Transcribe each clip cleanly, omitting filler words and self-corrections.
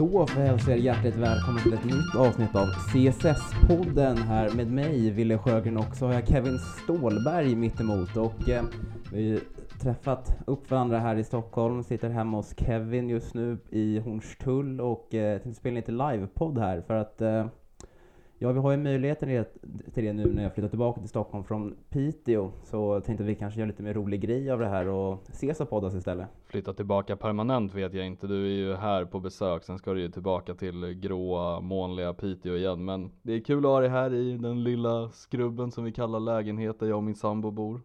Då får jag hälsa er hjärtligt välkommen till ett nytt avsnitt av CSS-podden här med mig, Ville Sjögren, och så har jag Kevin Ståhlberg mitt emot och vi har träffat upp varandra här i Stockholm, sitter hemma hos Kevin just nu i Hornstull och tänkte spela lite livepodd här för att ja, vi har ju möjligheten till det nu när jag flyttar tillbaka till Stockholm från Piteå. Så jag tänkte att vi kanske gör lite mer rolig grej av det här och ses och poddas istället. Flytta tillbaka permanent vet jag inte. Du är ju här på besök. Sen ska du ju tillbaka till gråa, månliga Piteå igen. Men det är kul att ha dig här i den lilla skrubben som vi kallar lägenhet där jag och min sambo bor.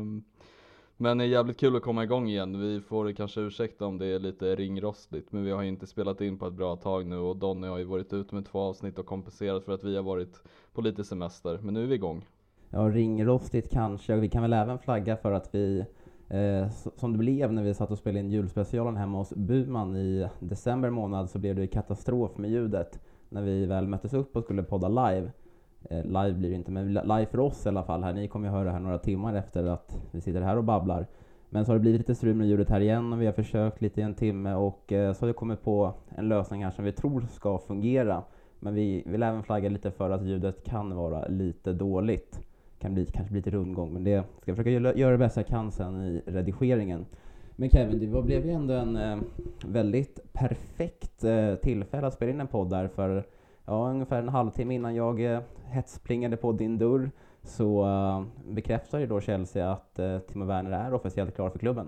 Men det är jävligt kul att komma igång igen. Vi får kanske ursäkta om det är lite ringrostigt. Men vi har ju inte spelat in på ett bra tag nu. Och Donny har ju varit ute med 2 avsnitt och kompenserat för att vi har varit på lite semester. Men nu är vi igång. Ja, ringrostigt kanske. Vi kan väl även flagga för att vi, som det blev när vi satt och spelade in julspecialen hemma hos Buman i december månad, så blev det katastrof med ljudet när vi väl möttes upp och skulle podda live. Live blir det inte, men live för oss i alla fall här. Ni kommer ju höra här några timmar efter att vi sitter här och babblar. Men så har det blivit lite strul med ljudet här igen och vi har försökt lite i en timme och så har vi kommit på en lösning här som vi tror ska fungera. Men vi vill även flagga lite för att ljudet kan vara lite dåligt. Kanske bli lite rundgång, men det ska jag försöka göra det bästa jag kan sen i redigeringen. Men Kevin, det blev ju ändå en väldigt perfekt tillfälle att spela in en podd där för ungefär en halvtimme innan jag hetsplingade på din dörr så bekräftar ju då Chelsea att Timo Werner är officiellt klar för klubben.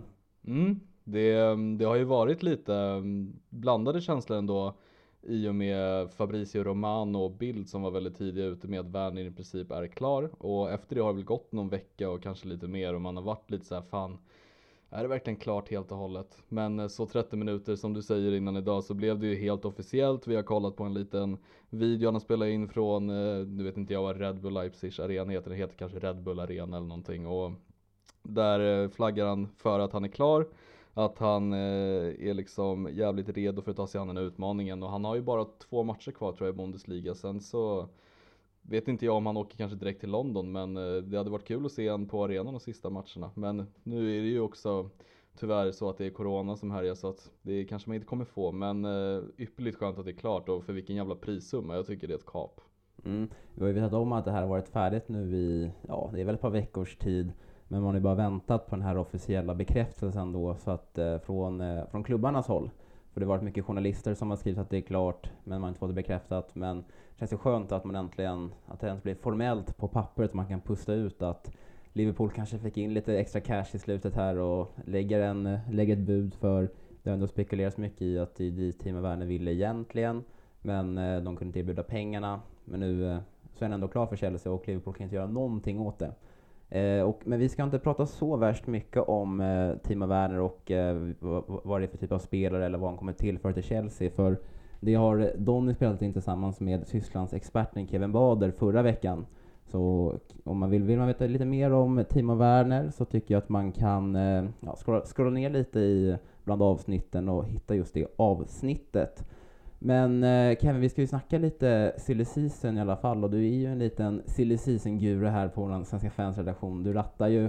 Det har ju varit lite blandade känslor ändå i och med Fabrizio Romano och Bild som var väldigt tidiga ute med att Werner i princip är klar. Och efter det har det väl gått någon vecka och kanske lite mer och man har varit lite så här, fan, är det verkligen klart helt och hållet? Men så 30 minuter som du säger innan idag så blev det ju helt officiellt. Vi har kollat på en liten video han har spelat in från, nu vet inte jag vad Red Bull Leipzig arena heter. Det heter kanske Red Bull Arena eller någonting. Och där flaggar han för att han är klar. Att han är liksom jävligt redo för att ta sig an den här utmaningen. Och han har ju bara 2 matcher kvar tror jag i Bundesliga. Sen så vet inte jag om han åker kanske direkt till London. Men det hade varit kul att se han på arenan de sista matcherna. Men nu är det ju också tyvärr så att det är corona som härjar. Så att det kanske man inte kommer få. Men ypperligt skönt att det är klart. Och för vilken jävla prissumma. Jag tycker det är ett kap. Vi har ju vetat om att det här har varit färdigt nu i, det är väl ett par veckors tid. Men man har ju bara väntat på den här officiella bekräftelsen då så att, från klubbarnas håll. För det har varit mycket journalister som har skrivit att det är klart men man har inte fått det bekräftat. Men det känns ju skönt att man äntligen, att det ens blir formellt på pappret och man kan pusta ut att Liverpool kanske fick in lite extra cash i slutet här och lägger ett bud för, det har ändå spekulerats mycket i att Timo Werner ville egentligen. Men de kunde inte erbjuda pengarna. Men nu så är han ändå klar för Chelsea och Liverpool kan inte göra någonting åt det. Men vi ska inte prata så värst mycket om Timo Werner och vad det är för typ av spelare eller vad han kommer tillföra till Chelsea. För det har Donny spelat in tillsammans med Tysklands experten Kevin Bader förra veckan. Så om man vill man veta lite mer om Timo Werner så tycker jag att man kan scrolla ner lite bland avsnitten och hitta just det avsnittet. Men Kevin, vi ska ju snacka lite silly season i alla fall och du är ju en liten silly season-guru här på vår Svenska Fans-redaktion. Du rattar ju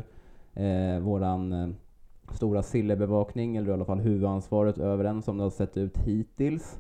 våran stora sillebevakning, eller i alla fall huvudansvaret över den som det har sett ut hittills.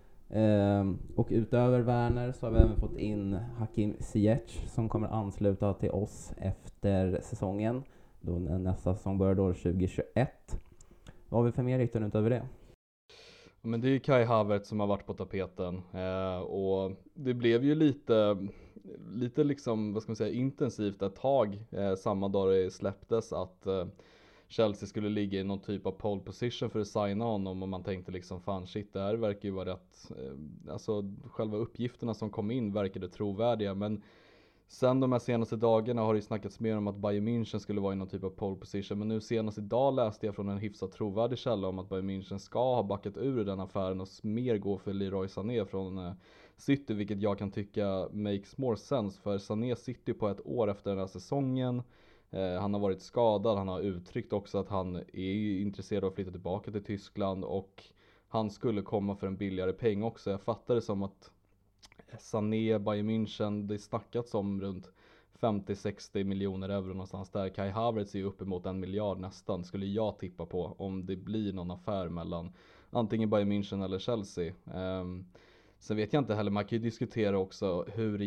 Och utöver Werner så har vi även fått in Hakim Ziyech som kommer ansluta till oss efter säsongen. Då nästa säsong börjar då 2021. Vad har vi för mer riktigt utöver det? Men det är ju Kai Havertz som har varit på tapeten och det blev ju lite liksom, vad ska man säga, intensivt ett tag samma dag det släpptes att Chelsea skulle ligga i någon typ av pole position för att signa honom och man tänkte liksom fan shit, det här verkar ju vara rätt, alltså själva uppgifterna som kom in verkade trovärdiga, men sen de här senaste dagarna har det ju snackats mer om att Bayern München skulle vara i någon typ av pole position. Men nu senast idag läste jag från en hyfsat trovärdig källa om att Bayern München ska ha backat ur den affären och mer gå för Leroy Sané från City. Vilket jag kan tycka makes more sense. För Sané sitter på ett år efter den här säsongen. Han har varit skadad. Han har uttryckt också att han är intresserad av att flytta tillbaka till Tyskland. Och han skulle komma för en billigare peng också. Jag fattar det som att Sané, Bayern München, det snackats om runt 50-60 miljoner euro någonstans där. Kai Havertz är ju uppemot 1 miljard nästan, skulle jag tippa på, om det blir någon affär mellan antingen Bayern München eller Chelsea. Sen vet jag inte heller, man kan ju diskutera också hur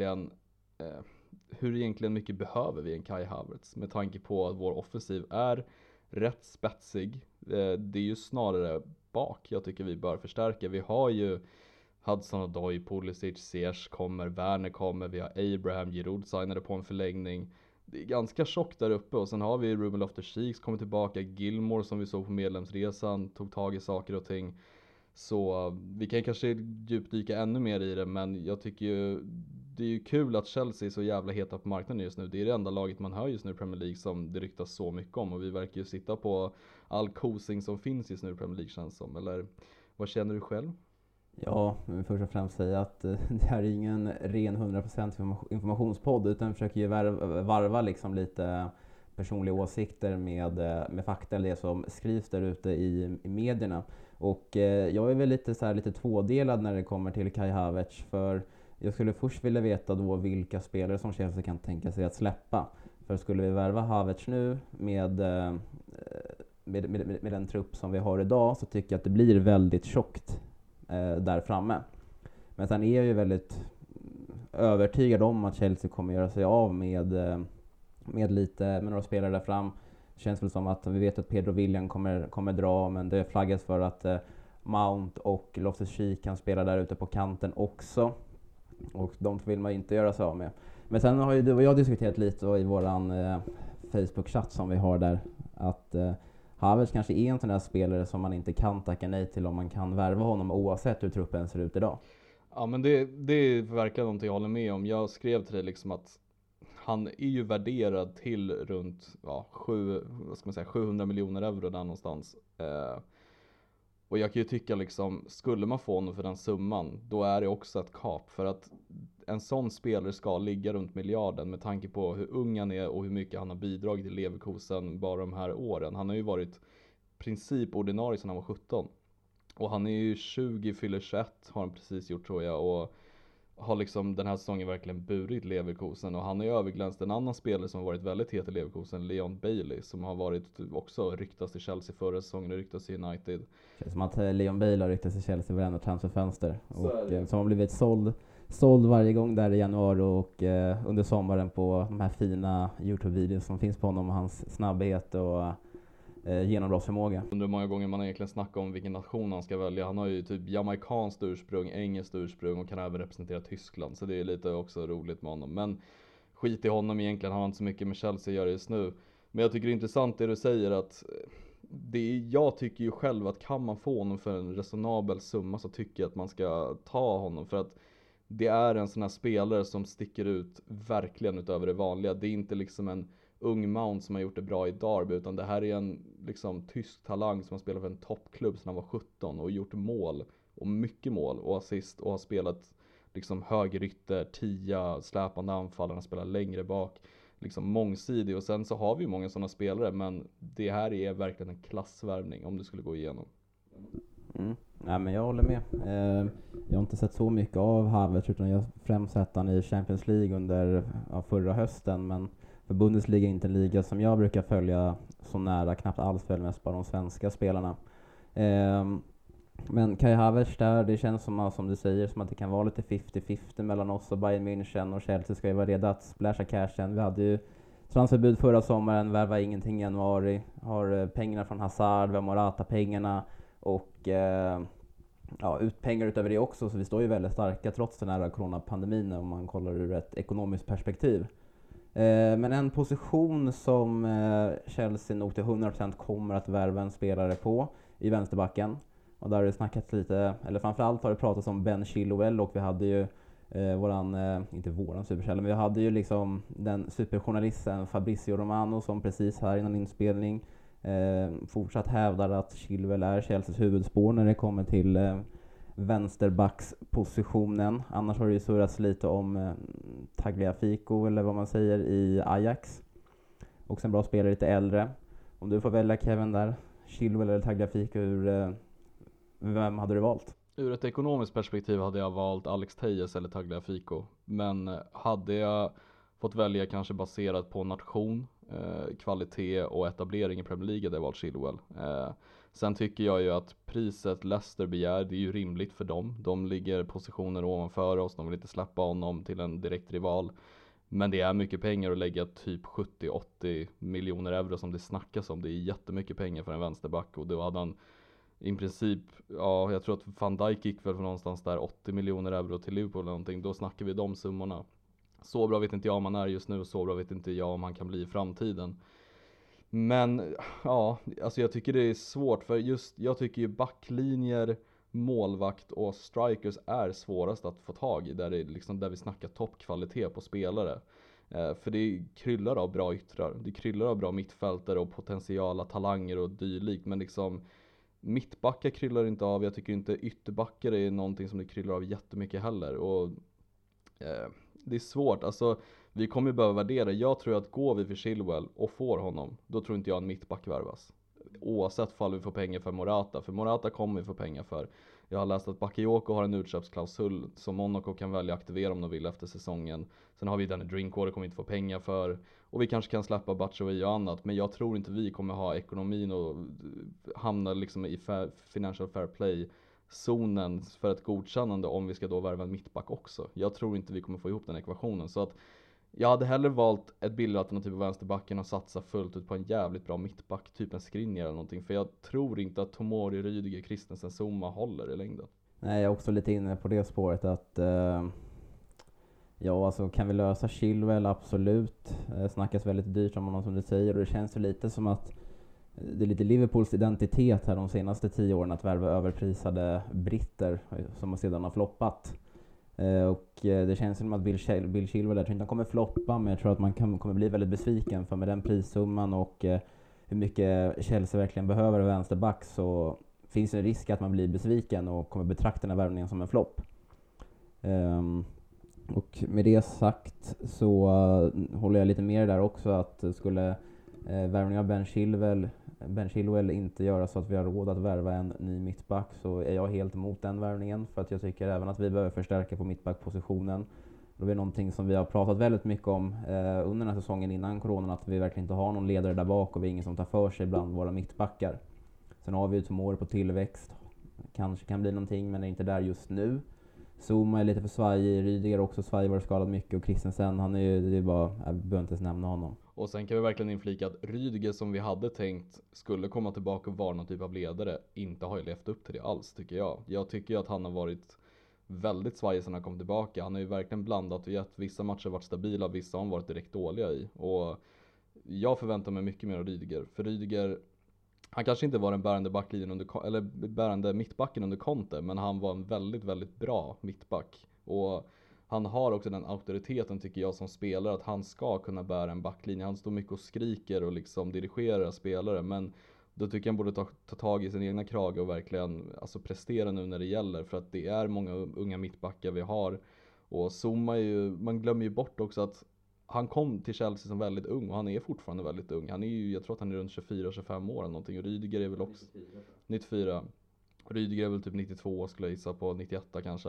egentligen mycket behöver vi en Kai Havertz, med tanke på att vår offensiv är rätt spetsig. Det är ju snarare bak jag tycker vi bör förstärka. Vi har ju Hudson-Odoi, Pulisic, Ziyech kommer, Werner kommer, vi har Abraham, Giroud signade på en förlängning. Det är ganska tjockt där uppe, och sen har vi Ruben Loftus-Cheek kommer tillbaka, Gilmore som vi såg på medlemsresan tog tag i saker och ting. Så vi kan kanske djupdyka ännu mer i det, men jag tycker ju det är ju kul att Chelsea är så jävla heta på marknaden just nu. Det är det enda laget man hör just nu i Premier League som det ryktas så mycket om, och vi verkar ju sitta på all kosing som finns just nu i Premier League, känns som. Eller vad känner du själv? Ja, jag vill först och främst säga att det här är ingen ren 100% informationspodd, utan försöker ju varva liksom lite personliga åsikter med fakta eller det som skrivs där ute i medierna. Och jag är väl lite tvådelad när det kommer till Kai Havertz, för jag skulle först vilja veta då vilka spelare som Chelsea kan tänka sig att släppa. För skulle vi värva Havertz nu med den trupp som vi har idag, så tycker jag att det blir väldigt tjockt där framme. Men sen är jag ju väldigt övertygad om att Chelsea kommer göra sig av med några spelare där fram. Det känns väl som att vi vet att Pedro Willian kommer dra, men det flaggas för att Mount och Loftus-Cheek kan spela där ute på kanten också. Och de vill man inte göra sig av med. Men sen har ju du och jag diskuterat lite i våran Facebook-chatt som vi har där, att Havertz kanske är en sån där spelare som man inte kan tacka nej till om man kan värva honom, oavsett hur truppen ser ut idag. Ja, men det är verkligen någonting jag håller med om. Jag skrev till dig liksom att han är ju värderad till runt 700 miljoner euro där någonstans. Och jag kan ju tycka liksom, skulle man få honom för den summan, då är det också ett kap. För att en sån spelare ska ligga runt miljarden, med tanke på hur ung han är och hur mycket han har bidragit till Leverkusen bara de här åren. Han har ju varit princip ordinarie sedan han var 17. Och han är ju 20, fyller 21 har han precis gjort, tror jag. Och har liksom den här säsongen verkligen burit Leverkusen. Och han har ju överglänst en annan spelare som har varit väldigt het i Leverkusen, Leon Bailey, som har varit också ryktas till Chelsea förra säsongen och ryktas till United. Det känns som att Leon Bailey har ryktats till Chelsea varenda transferfönster. Och som har blivit såld varje gång där i januari och under sommaren på de här fina YouTube-videos som finns på honom och hans snabbhet och genombrottsförmåga. Undrar hur många gånger man egentligen snackar om vilken nation han ska välja. Han har ju typ jamaicanskt ursprung, engelskt ursprung och kan även representera Tyskland. Så det är lite också roligt med honom. Men skit i honom egentligen, han har inte så mycket med Chelsea att göra just nu. Men jag tycker det är intressant det du säger, att jag tycker ju själv att kan man få honom för en resonabel summa, så tycker jag att man ska ta honom. För att det är en sån här spelare som sticker ut verkligen utöver det vanliga. Det är inte liksom en ung Mount som har gjort det bra i Derby, utan det här är en liksom tysk talang som har spelat för en toppklubb sedan han var 17 och gjort mål, och mycket mål och assist, och har spelat liksom högerytter, 10 släpande anfall, han har spelat längre bak, liksom mångsidig. Och sen så har vi ju många sådana spelare, men det här är verkligen en klassvärvning om det skulle gå igenom. Nej, men jag håller med. Jag har inte sett så mycket av Havertz, utan jag främst sett han i Champions League under förra hösten, men för Bundesliga är inte en liga som jag brukar följa så nära, knappt alls, följer mest bara de svenska spelarna. Men Kai Havertz där, det känns som du säger, som att det kan vara lite 50-50 mellan oss och Bayern München, och Chelsea ska ju vara redo att splasha cashen. Vi hade ju transferbud förra sommaren, värva ingenting i januari, har pengarna från Hazard, vi har Morata-pengarna och ut pengar utöver det också, så vi står ju väldigt starka trots den här coronapandemin om man kollar ur ett ekonomiskt perspektiv. Men en position som Chelsea nog till 100% kommer att värva en spelare på i vänsterbacken, och där har det snackats lite, eller framförallt har det pratats om Ben Chilwell, och vi hade ju inte våran superkälla, men vi hade ju liksom den superjournalisten Fabrizio Romano som precis här innan inspelning fortsatt hävdar att Chilwell är Chelseas huvudspår när det kommer till vänsterbackspositionen. Annars har det ju surrats lite om Tagliafico, eller vad man säger, i Ajax. Och en bra spelare, lite äldre. Om du får välja, Kevin, där, Chilwell eller Tagliafico, vem hade du valt? Ur ett ekonomiskt perspektiv hade jag valt Alex Telles eller Tagliafico. Men hade jag fått välja kanske baserat på nation, kvalitet och etablering i Premier League, hade jag valt Chilwell. Sen tycker jag ju att priset Leicester begär, det är ju rimligt för dem. De ligger positioner ovanför oss, de vill inte släppa honom till en direkt rival. Men det är mycket pengar att lägga typ 70-80 miljoner euro som det snackas om. Det är jättemycket pengar för en vänsterback, och då hade han i princip, ja, jag tror att Van Dijk gick väl för någonstans där 80 miljoner euro till Liverpool eller någonting. Då snackar vi de summorna. Så bra vet inte jag om han är just nu, och så bra vet inte jag om han kan bli i framtiden. Men ja, alltså jag tycker det är svårt, för just jag tycker ju backlinjer, målvakt och strikers är svårast att få tag i, där det är liksom där vi snackar toppkvalitet på spelare. För det kryllar av bra yttrar, det kryllar av bra mittfältare och potentiala talanger och dylikt, men liksom mittbackar kryllar inte av. Jag tycker inte ytterbackar är någonting som det kryllar av jättemycket heller, och det är svårt. Alltså vi kommer ju behöva värdera. Jag tror att går vi för Chilwell och får honom, då tror inte jag en mittback värvas. Oavsett fall vi får pengar för Morata. För Morata kommer vi få pengar för. Jag har läst att Bakayoko har en utköpsklausul som Monaco kan välja att aktivera om de vill efter säsongen. Sen har vi Danny Drinkwater, kommer inte få pengar för. Och vi kanske kan släppa Batshuayi och annat. Men jag tror inte vi kommer ha ekonomin och hamna liksom i financial fair play zonen för ett godkännande om vi ska då värva en mittback också. Jag tror inte vi kommer få ihop den ekvationen. Så att jag hade hellre valt ett billigare alternativ på vänsterbacken och satsa fullt ut på en jävligt bra mittback, typ en Skriniar eller någonting. För jag tror inte att Tomori, Rydiger, Christensen, Zuma håller i längden. Nej, jag är också lite inne på det spåret att ja, alltså kan vi lösa Chilwell, absolut. Snackas väldigt dyrt om honom som du säger, och det känns ju lite som att det är lite Liverpools identitet här de senaste 10 åren att värva överprisade britter som sedan har floppat. Och det känns som att Bill Chilwell, jag tror inte han kommer floppa, men jag tror att man kommer bli väldigt besviken, för med den prissumman och hur mycket Chelsea verkligen behöver vänsterback, så finns det en risk att man blir besviken och kommer betrakta den här värvningen som en flopp. Och med det sagt så håller jag lite mer där också, att skulle värvningen av Ben Chilwell inte göra så att vi har råd att värva en ny mittback, så är jag helt emot den värvningen, för att jag tycker även att vi behöver förstärka på mittbackpositionen. Det är någonting som vi har pratat väldigt mycket om under den här säsongen innan coronan, att vi verkligen inte har någon ledare där bak och vi är ingen som tar för sig bland våra mittbackar. Sen har vi ju Tomori på tillväxt, kanske kan bli någonting, men är inte där just nu. Zuma är lite för svajig, Rydiger också svajig, var skadad mycket, och Christensen, han är ju, det är bara, jag behöver inte ens nämna honom. Och sen kan vi verkligen inflika att Rydiger, som vi hade tänkt skulle komma tillbaka och vara någon typ av ledare, inte har ju levt upp till det alls, tycker jag. Jag tycker att han har varit väldigt svajig sedan han kom tillbaka. Han har ju verkligen blandat och gett vissa matcher varit stabila, vissa har han varit direkt dåliga i. Och jag förväntar mig mycket mer av Rydiger. För Rydiger, han kanske inte var den bärande backlinjen eller bärande mittbacken under Conte, men han var en väldigt, väldigt bra mittback. Och han har också den auktoriteten, tycker jag, som spelare, att han ska kunna bära en backlinje. Han står mycket och skriker och liksom dirigerar spelare, men då tycker jag han borde ta tag i sin egna krage och verkligen alltså prestera nu när det gäller, för att det är många unga mittbackar vi har. Och Zuma är ju, man glömmer ju bort också att han kom till Chelsea som väldigt ung, och han är fortfarande väldigt ung. Han är ju, jag tror att han är runt 24-25 år eller någonting, och Rydiger är väl också 94. Rydiger är väl typ 92, skulle jag gissa på, 91 kanske.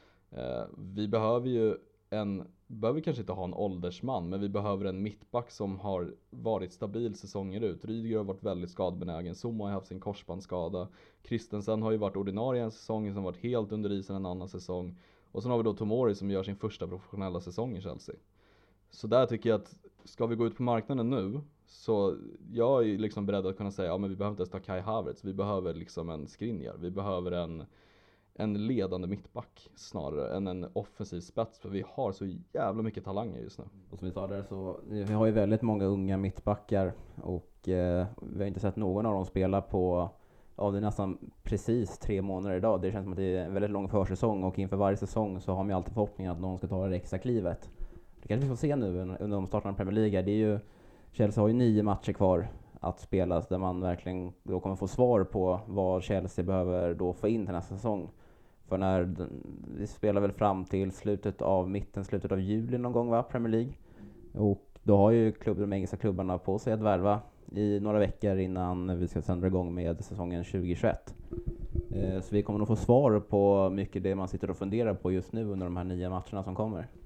Vi behöver kanske inte ha en åldersman, men vi behöver en mittback som har varit stabil säsonger ut. Rydiger har varit väldigt skadbenägen, Zuma har haft sin korsbandsskada, Christensen har ju varit ordinarie en säsong, som varit helt under isen en annan säsong, och sen har vi då Tomori som gör sin första professionella säsong i Chelsea. Så där tycker jag att ska vi gå ut på marknaden nu, så jag är liksom beredd att kunna säga, ja, men vi behöver inte ens ta Kai Havertz, vi behöver liksom en Skriniar, vi behöver en ledande mittback snarare än en offensiv spets, för vi har så jävla mycket talanger just nu. Och som vi sa där, så vi har ju väldigt många unga mittbackar, och vi har inte sett någon av dem spela på, ja, det är nästan precis 3 månader idag. Det känns som att det är en väldigt lång försäsong, och inför varje säsong så har man ju alltid förhoppningen att någon ska ta det extra klivet. Det kanske vi får se nu under omstarten av Premier League. Det är ju, Chelsea har ju 9 matcher kvar att spelas, där man verkligen då kommer få svar på vad Chelsea behöver då få in till nästa säsong. För vi spelar väl fram till slutet av juli någon gång, va, Premier League. Och då har ju de engelska klubbarna på sig att värva i några veckor innan vi ska sända igång med säsongen 2021. Så vi kommer nog få svar på mycket det man sitter och funderar på just nu under de här 9 matcherna som kommer.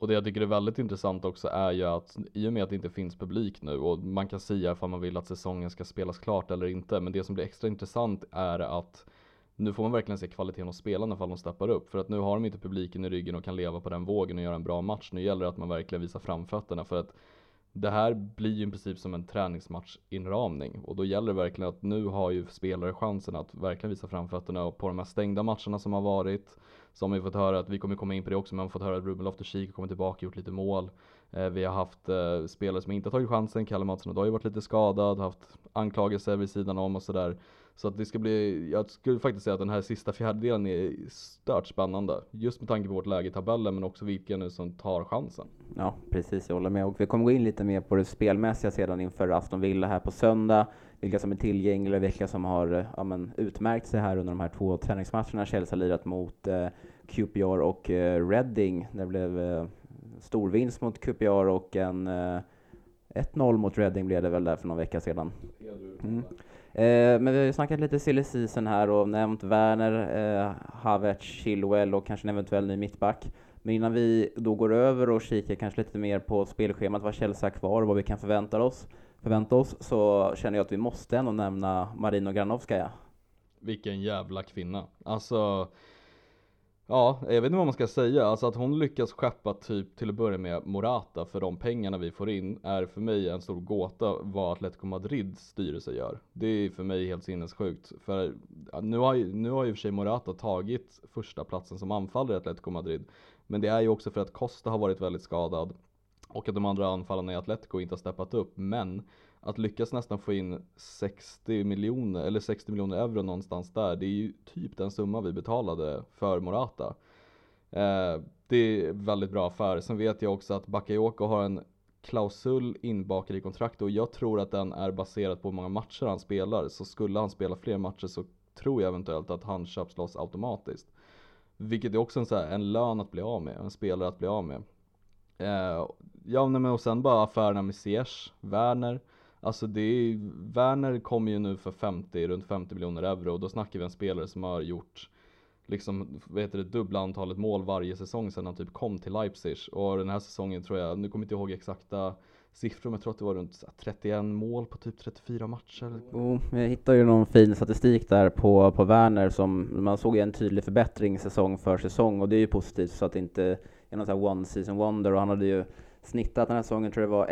Och det jag tycker är väldigt intressant också är ju att i och med att det inte finns publik nu, och man kan säga ifall man vill att säsongen ska spelas klart eller inte, men det som blir extra intressant är att nu får man verkligen se kvaliteten hos spelarna ifall de steppar upp. För att nu har de inte publiken i ryggen och kan leva på den vågen och göra en bra match. Nu gäller det att man verkligen visar framfötterna, för att det här blir ju i princip som en träningsmatch-inramning. Och då gäller det verkligen att nu har ju spelare chansen att verkligen visa framfötterna. Och på de här stängda matcherna som har varit, som vi fått höra, att vi kommer komma in på det också, men man har fått höra att Ruben Loftus-Cheek kommer tillbaka och gjort lite mål. Vi har haft spelare som inte har tagit chansen. Kalle Mattsson har ju varit lite skadad, haft anklagelser vid sidan om och sådär. Så att det ska bli, jag skulle faktiskt säga att den här sista fjärdedelen är stört spännande. Just med tanke på vårt läge i tabellen, men också vilka nu som tar chansen. Ja, precis, jag håller med. Och vi kommer gå in lite mer på det spelmässiga sedan inför Aston Villa här på söndag. Vilka som är tillgängliga, vilka som har utmärkt sig här under de här 2 träningsmatcherna. Chelsea har lirat mot QPR och Reading. Det blev stor vinst mot QPR och en 1-0 mot Reading blev det väl där för någon vecka sedan. Men vi har ju snackat lite silly season här och nämnt Werner, Havertz, Chilwell och kanske en eventuell ny mittback. Men innan vi då går över och kikar kanske lite mer på spelschemat, vad Chelsea har kvar och vad vi kan förvänta oss, så känner jag att vi måste ändå nämna Marina Granovskaja. Vilken jävla kvinna. Alltså, ja, jag vet inte vad man ska säga. Alltså att hon lyckas skeppa typ till att börja med Morata för de pengarna vi får in är för mig en stor gåta vad Atletico Madrids styrelse gör. Det är för mig helt sinnessjukt. För nu har ju i och för sig Morata tagit första platsen som anfallare i Atletico Madrid. Men det är ju också för att Costa har varit väldigt skadad och att de andra anfallarna i Atletico inte har steppat upp. Men att lyckas nästan få in 60 miljoner euro någonstans där, det är ju typ den summa vi betalade för Morata. Det är väldigt bra affär. Sen vet jag också att Bakayoko har en klausul inbakad i kontraktet och jag tror att den är baserad på hur många matcher han spelar. Så skulle han spela fler matcher så tror jag eventuellt att han köps loss automatiskt. Vilket är också en lön att bli av med, en spelare att bli av med. Och sen bara affärerna med Ziyech, Werner. Alltså Werner kommer ju nu för runt 50 miljoner euro och då snackar vi en spelare som har gjort liksom, dubbla antalet mål varje säsong sedan han typ kom till Leipzig. Och den här säsongen tror jag, nu kommer jag inte ihåg exakta siffror, men jag tror att det var runt 31 mål på typ 34 matcher. Jag hittar ju någon fin statistik där på Werner som man såg en tydlig förbättring säsong för säsong och det är ju positivt så att det inte är någon sån här one season wonder och han hade ju snittat den här säsongen tror jag var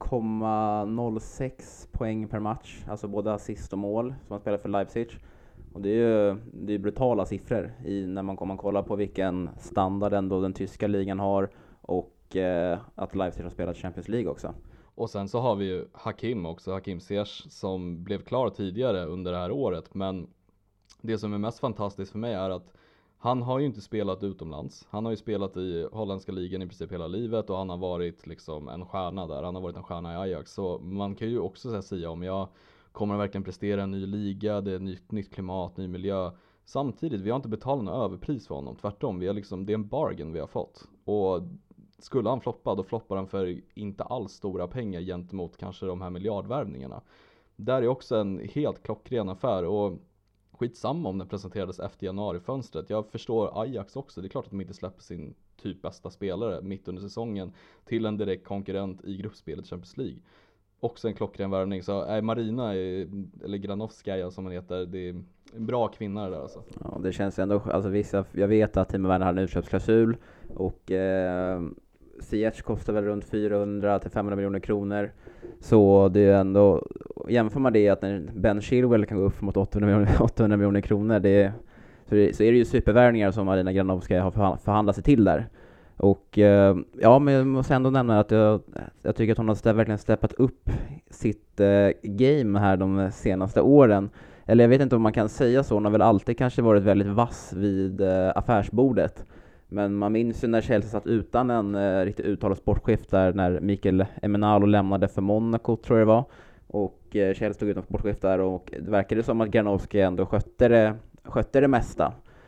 1,06 poäng per match, alltså både assist och mål som han spelar för Leipzig. Och det är ju brutala siffror när man kollar på vilken standard ändå den tyska ligan har och att Leipzig har spelat Champions League också. Och sen så har vi ju Hakim Ziyech som blev klar tidigare under det här året, men det som är mest fantastiskt för mig är att han har ju inte spelat utomlands. Han har ju spelat i holländska ligan i princip hela livet och han har varit liksom en stjärna där. Han har varit en stjärna i Ajax. Så man kan ju också säga om jag kommer verkligen prestera en ny liga, det är nytt klimat, ny miljö. Samtidigt, vi har inte betalat något överpris för honom. Tvärtom, det är en bargain vi har fått. Och skulle han floppa, då floppar han för inte alls stora pengar gentemot kanske de här miljardvärvningarna. Där är också en helt klockren affär och skitsamma om den presenterades efter januarifönstret. Jag förstår Ajax också. Det är klart att de inte släpper sin typ bästa spelare mitt under säsongen till en direkt konkurrent i gruppspelet Champions League. Också en klockren värvning. Så Marina, eller Granovskaja som hon heter, det är en bra kvinna där alltså. Ja, det känns ändå, alltså jag vet att Timo Werner har en utköpsklausul och Ziyech kostar väl runt 400-500 miljoner kronor. Så det är ändå, jämför man det att när Ben Chilwell kan gå upp mot 800 miljoner kronor, så är det ju supervärvningar som Marina Granovskaja har förhandlat sig till där. Och men jag måste ändå nämna att jag tycker att hon har verkligen steppat upp sitt game här de senaste åren. Eller jag vet inte om man kan säga så, hon har väl alltid kanske varit väldigt vass vid affärsbordet. Men man minns ju när Chelsea satt utan en riktigt uttalad sportchef där när Mikel Emenalo lämnade för Monaco tror jag det var. Och Chelsea stod utan sportchef där och det verkade som att Granovskaja ändå skötte det mesta.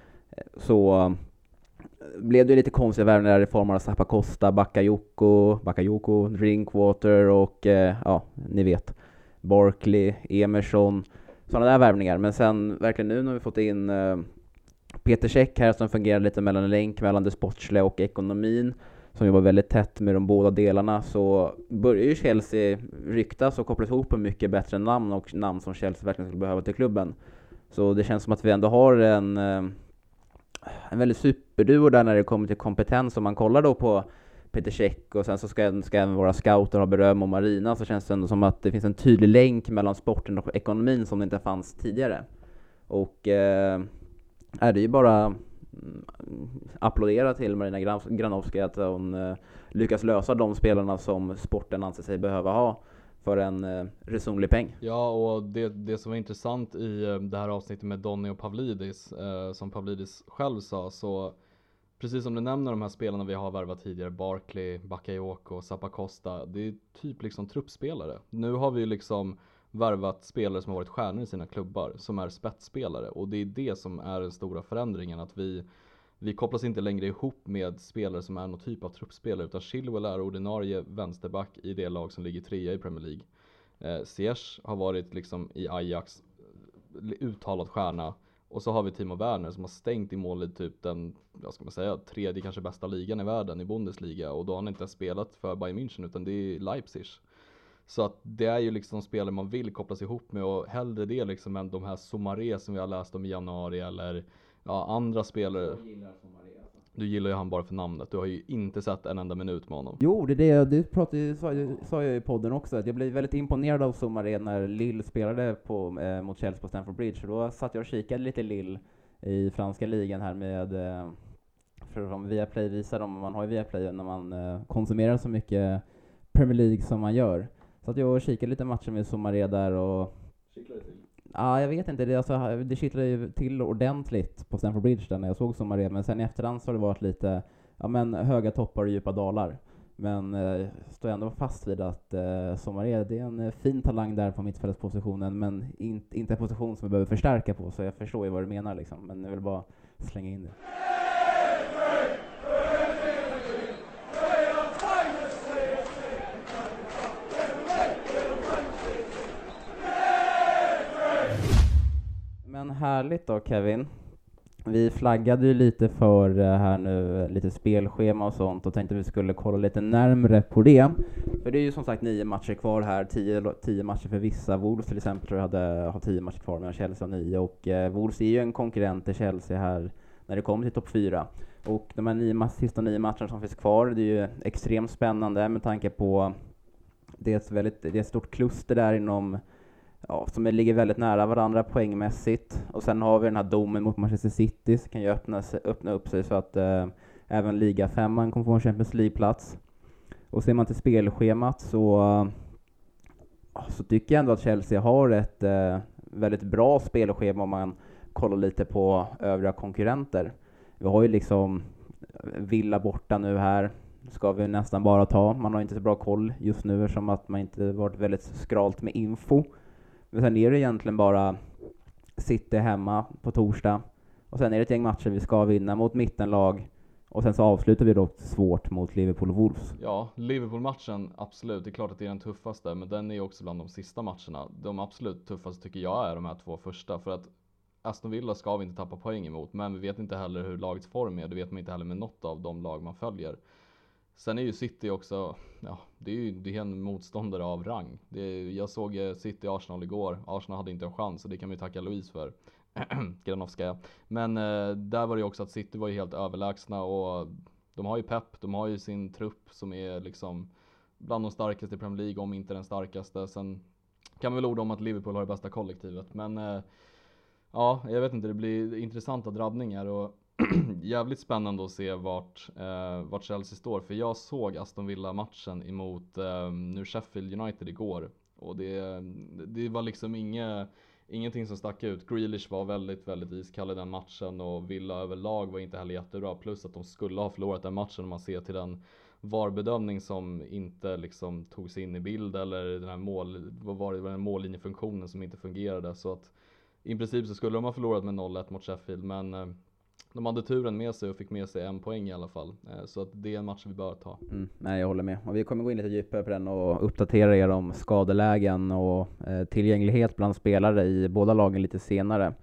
Så blev det lite konstiga värvningar i form av Zappa Costa, Bakayoko, Drinkwater och ni vet, Barkley, Emerson, sådana där värvningar. Men sen verkligen nu när vi fått in Peter Cech här som fungerar lite mellan en länk mellan det sportsliga och ekonomin, som jobbar väldigt tätt med de båda delarna, så börjar ju Chelsea ryktas och kopplas ihop med mycket bättre namn och namn som Chelsea verkligen skulle behöva till klubben. Så det känns som att vi ändå har en väldigt superduo där när det kommer till kompetens. Om man kollar då på Peter Cech och sen så ska även våra scouter ha beröm och Marina, så känns det ändå som att det finns en tydlig länk mellan sporten och ekonomin som det inte fanns tidigare. Och är det ju bara applådera till Marina Granovska att hon lyckas lösa de spelarna som sporten anser sig behöva ha för en resonlig peng. Ja, och det som var intressant i det här avsnittet med Donny och Pavlidis, som Pavlidis själv sa, så precis som du nämner de här spelarna vi har värvat tidigare, Barkley, Bakayoko, Zappacosta, det är typ liksom truppspelare. Nu har vi liksom värvat spelare som har varit stjärnor i sina klubbar, som är spetsspelare, och det är det som är den stora förändringen, att vi kopplas inte längre ihop med spelare som är någon typ av truppspelare, utan Chilwell är ordinarie vänsterback i det lag som ligger 3 i Premier League. Ziyech har varit liksom i Ajax uttalad stjärna, och så har vi Timo Werner som har stängt i mål i typ den, vad ska man säga, 3:e kanske bästa ligan i världen i Bundesliga, och då har han inte spelat för Bayern München utan det är Leipzig. Så att det är ju liksom spelare man vill kopplas ihop med, och hellre det liksom än de här Soumaré som vi har läst om i januari, eller andra spelare. Du gillar ju han bara för namnet. Du har ju inte sett en enda minut med honom. Jo, sa jag i podden också, att jag blev väldigt imponerad av Soumaré när Lille spelade mot Chelsea på Stamford Bridge. För då satt jag och kikade lite Lille i franska ligan här med, för som Viaplay visar dem, man har ju Viaplay när man konsumerar så mycket Premier League som man gör. Så att jag kikade lite matcher med Soumaré där och... Kittlar det till? Ja, jag vet inte. Det kittlade ju till ordentligt på Stamford Bridge där när jag såg Soumaré. Men sen i efterhand så har det varit lite höga toppar och djupa dalar. Men står ändå fast vid att Soumaré, det är en fin talang där på mittfältspositionen, men inte en position som vi behöver förstärka på. Så jag förstår ju vad du menar liksom. Men jag vill bara slänga in det. Men härligt då, Kevin. Vi flaggade ju lite för här nu, lite spelschema och sånt, och tänkte att vi skulle kolla lite närmre på det. För det är ju som sagt 9 matcher kvar här, 10 matcher för vissa. Wolves till exempel tror jag har 10 matcher kvar, medan Chelsea har 9. Och Wolves är ju en konkurrent till Chelsea här när det kommer till topp 4. Och de här sista 9 matcherna som finns kvar, det är ju extremt spännande med tanke på det är ett stort kluster där inom... Ja, som ligger väldigt nära varandra poängmässigt. Och sen har vi den här domen mot Manchester City som kan ju öppna upp sig så att även Liga 5 kommer få en Champions League-plats. Och ser man till spelschemat så tycker jag ändå att Chelsea har ett väldigt bra spelschema om man kollar lite på övriga konkurrenter. Vi har ju liksom Villa borta nu här. Ska vi nästan bara ta. Man har inte så bra koll just nu eftersom att man inte varit väldigt skralt med info. Men sen är det egentligen bara City hemma på torsdag. Och sen är det ett gäng matcher vi ska vinna mot mittenlag. Och sen så avslutar vi då svårt mot Liverpool och Wolves. Ja, Liverpool-matchen, absolut. Det är klart att det är den tuffaste. Men den är också bland de sista matcherna. De absolut tuffaste tycker jag är de här 2 första. För att Aston Villa ska vi inte tappa poäng emot. Men vi vet inte heller hur lagets form är. Det vet man inte heller med något av de lag man följer. Sen är ju City också, det är en motståndare av rang. Jag såg City-Arsenal igår. Arsenal hade inte en chans, och det kan vi tacka Louise för. Granovska. Men där var det också att City var ju helt överlägsna, och de har ju Pep, de har ju sin trupp som är liksom bland de starkaste i Premier League, om inte den starkaste. Sen kan vi väl orda om att Liverpool har det bästa kollektivet. Men jag vet inte, det blir intressanta drabbningar, och jävligt spännande att se vart Chelsea står. För jag såg Aston Villa-matchen emot Sheffield United igår, och det var liksom ingenting som stack ut. Grealish var väldigt, väldigt iskall i den matchen, och Villa överlag var inte heller jättebra. Plus att de skulle ha förlorat den matchen om man ser till den VAR-bedömning som inte liksom tog sig in i bild, eller den här mållinjefunktionen som inte fungerade. Så att i princip så skulle de ha förlorat med 0-1 mot Sheffield, men de hade turen med sig och fick med sig 1 poäng i alla fall. Så att det är en match vi bör ta. Nej, jag håller med. Och vi kommer gå in lite djupare på den och uppdatera er om skadelägen och tillgänglighet bland spelare i båda lagen lite senare.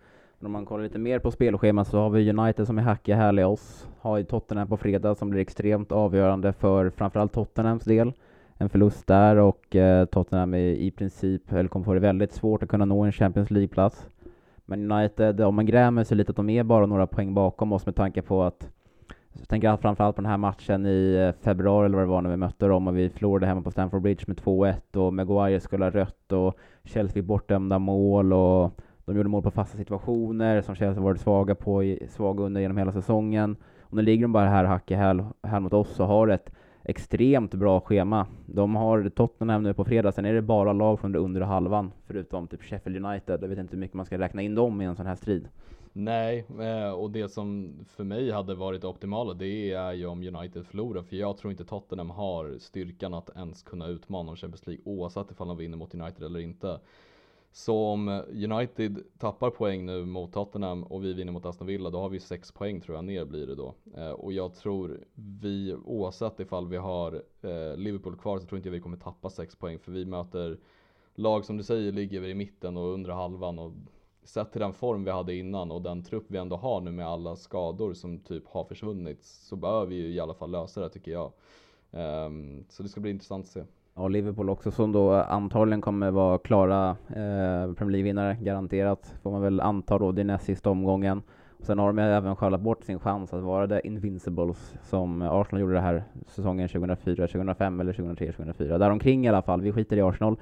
Men om man kollar lite mer på spelschemat så har vi United som är hack i häl i oss. Har ju Tottenham på fredag som blir extremt avgörande för framförallt Tottenhams del. En förlust där och Tottenham är i princip, eller kommer få det väldigt svårt att kunna nå en Champions League-plats. Men United, om man grämer sig lite att de är bara några poäng bakom oss med tanke på att jag tänker framförallt på den här matchen i februari eller vad det var när vi mötte dem och vi förlorade hemma på Stamford Bridge med 2-1 och Maguire skulle ha rött och Chelsea fick bortdömda mål och de gjorde mål på fasta situationer som Chelsea varit svaga under genom hela säsongen. Och nu ligger de bara hack i häl mot oss och har ett extremt bra schema. De har Tottenham nu på fredag, sen är det bara lag från det undre halvan förutom typ Sheffield United. Jag vet inte hur mycket man ska räkna in dem i en sån här strid. Nej, och det som för mig hade varit optimala, det är ju om United förlorar, för jag tror inte Tottenham har styrkan att ens kunna utmana om Champions League oavsett ifall de vinner mot United eller inte. Så om United tappar poäng nu mot Tottenham och vi vinner mot Aston Villa, då har vi 6 poäng tror jag ner blir det då. Och jag tror vi, oavsett ifall vi har Liverpool kvar, så tror inte jag vi kommer tappa 6 poäng, för vi möter lag som du säger ligger i mitten och under halvan, och sett till den form vi hade innan och den trupp vi ändå har nu med alla skador som typ har försvunnit, så bör vi ju i alla fall lösa det tycker jag. Så det ska bli intressant att se. Ja, Liverpool också som då antagligen kommer vara klara Premier League-vinnare, garanterat får man väl anta då, det är näst sista omgången. Och sen har de även skälat bort sin chans att vara the Invincibles som Arsenal gjorde det här säsongen 2004, 2005 eller 2003, 2004. Däromkring i alla fall, vi skiter i Arsenal.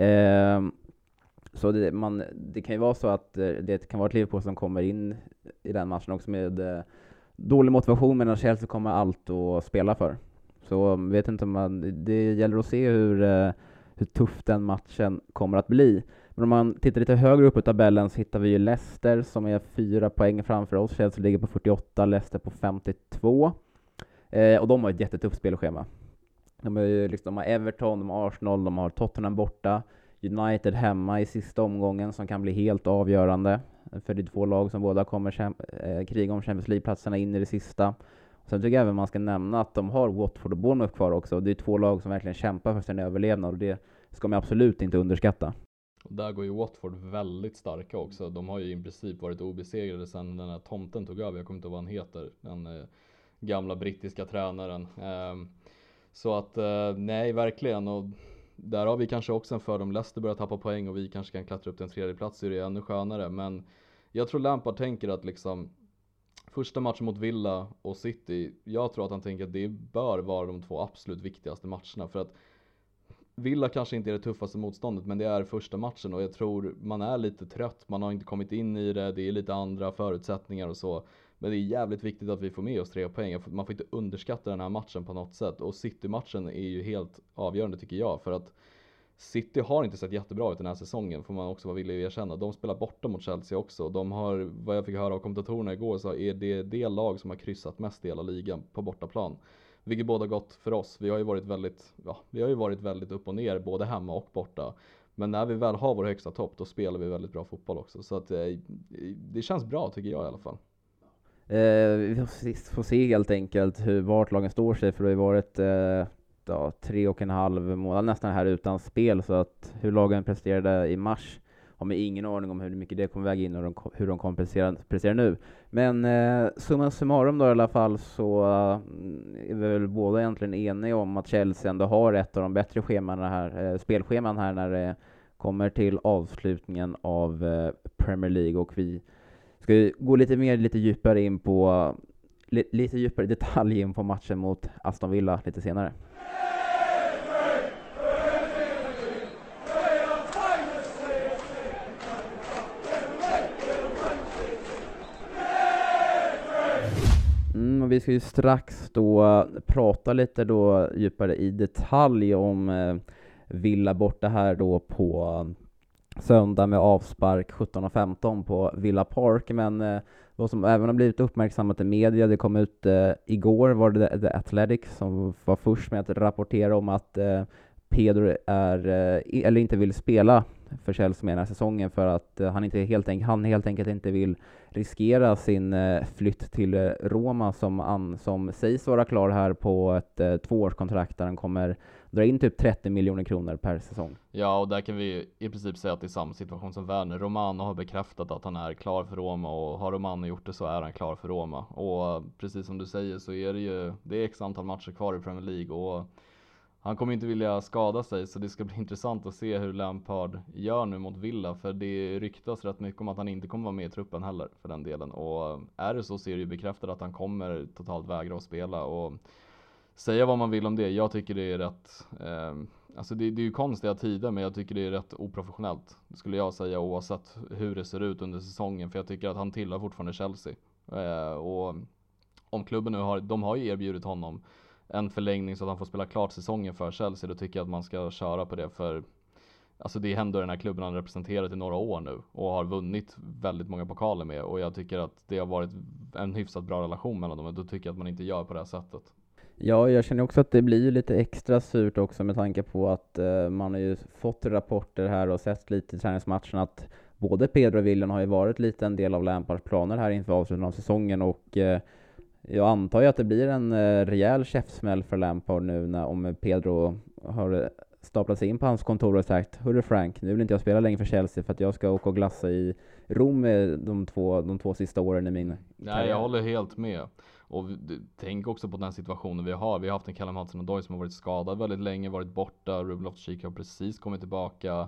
Så det kan ju vara så att det kan vara ett Liverpool som kommer in i den matchen också med dålig motivation, medan Chelsea kommer allt att spela för. Så vet inte om det gäller att se hur tuff den matchen kommer att bli. Men om man tittar lite högre upp i tabellen så hittar vi ju Leicester som är 4 poäng framför oss. Chelsea ligger på 48, Leicester på 52. Och de har ett jättetufft spelschema. De har Everton, de har Arsenal, de har Tottenham borta. United hemma i sista omgången som kan bli helt avgörande. För det är 2 lag som båda kommer kriga om Champions League-platserna in i det sista. Sen tycker jag även man ska nämna att de har Watford och Bournemouth kvar också. Det är 2 lag som verkligen kämpar för sin överlevnad och det ska man absolut inte underskatta. Och där går ju Watford väldigt starka också. De har ju i princip varit obesegrade sedan den här tomten tog över. Jag kommer inte ihåg vad han heter. Den gamla brittiska tränaren. Så att nej, verkligen. Och där har vi kanske också en fördom. Leicester börjar tappa poäng och vi kanske kan klättra upp till en 3:e plats, så är det ännu skönare. Men jag tror Lampard tänker att liksom första matchen mot Villa och City, jag tror att han tänker att det bör vara de 2 absolut viktigaste matcherna, för att Villa kanske inte är det tuffaste motståndet, men det är första matchen och jag tror man är lite trött, man har inte kommit in i det, det är lite andra förutsättningar och så, men det är jävligt viktigt att vi får med oss 3 poäng. Man får inte underskatta den här matchen på något sätt, och City-matchen är ju helt avgörande tycker jag, för att City har inte sett jättebra ut den här säsongen, får man också vara villig att erkänna. De spelar borta mot Chelsea också. De har, vad jag fick höra av kommentatorerna igår, så är det lag som har kryssat mest i hela ligan på bortaplan. Vilket båda gott för oss. Vi har ju varit väldigt upp och ner både hemma och borta. Men när vi väl har vår högsta topp, då spelar vi väldigt bra fotboll också. Så att det känns bra tycker jag i alla fall. Vi får se helt enkelt vart lagen står sig, för det har ju varit 3,5 månader nästan här utan spel, så att hur lagen presterade i mars har man ingen aning om hur mycket det kommer väga in och hur de kommer prestera nu. Men summa summarum då i alla fall, så är vi väl båda egentligen eniga om att Chelsea ändå har ett av de bättre spelscheman här när det kommer till avslutningen av Premier League, och vi ska gå lite djupare in på lite djupare detalj in på matchen mot Aston Villa lite senare. Och vi ska ju strax då prata lite då djupare i detalj om Villa borta här då på söndag med avspark 17:15 på Villa Park. Men vad som även har blivit uppmärksammat i media, det kom ut igår, var det The Athletic som var först med att rapportera om att Pedro eller inte vill spela för Chelsea med den här säsongen, för att han helt enkelt inte vill riskera sin flytt till Roma som sägs vara klar här på ett 2-årskontrakt där han kommer drar in typ 30 miljoner kronor per säsong. Ja, och där kan vi i princip säga att det är samma situation som Werner. Romano har bekräftat att han är klar för Roma, och har Romano gjort det så är han klar för Roma. Och precis som du säger så är det är x antal matcher kvar i Premier League, och han kommer inte vilja skada sig, så det ska bli intressant att se hur Lampard gör nu mot Villa, för det ryktas rätt mycket om att han inte kommer vara med i truppen heller för den delen. Och är det så är det ju bekräftat att han kommer totalt vägra att spela, och säga vad man vill om det, jag tycker det är rätt, alltså det är ju konstiga tider, men jag tycker det är rätt oprofessionellt, skulle jag säga, oavsett hur det ser ut under säsongen, för jag tycker att han tillhör fortfarande Chelsea. Och om klubben nu de har ju erbjudit honom en förlängning så att han får spela klart säsongen för Chelsea, då tycker jag att man ska köra på det, för alltså det är ändå den här klubben han representerat i några år nu och har vunnit väldigt många pokaler med, och jag tycker att det har varit en hyfsat bra relation mellan dem, och då tycker jag att man inte gör på det här sättet. Ja, jag känner också att det blir lite extra surt också med tanke på att man har ju fått rapporter här och sett lite i träningsmatchen att både Pedro och Willian har ju varit lite en del av Lampards planer här inför avslutningen av säsongen, och jag antar ju att det blir en rejäl käftsmäll för Lampard nu om Pedro har staplat sig in på hans kontor och sagt: hörru Frank, nu vill inte jag spela längre för Chelsea för att jag ska åka och glassa i Rom de två sista åren i min karriär. Nej, jag håller helt med. Och tänk också på den situationen vi har haft en Callum Hudson-Odoi som har varit skadad väldigt länge, varit borta. Ruben Loftus-Cheek har precis kommit tillbaka.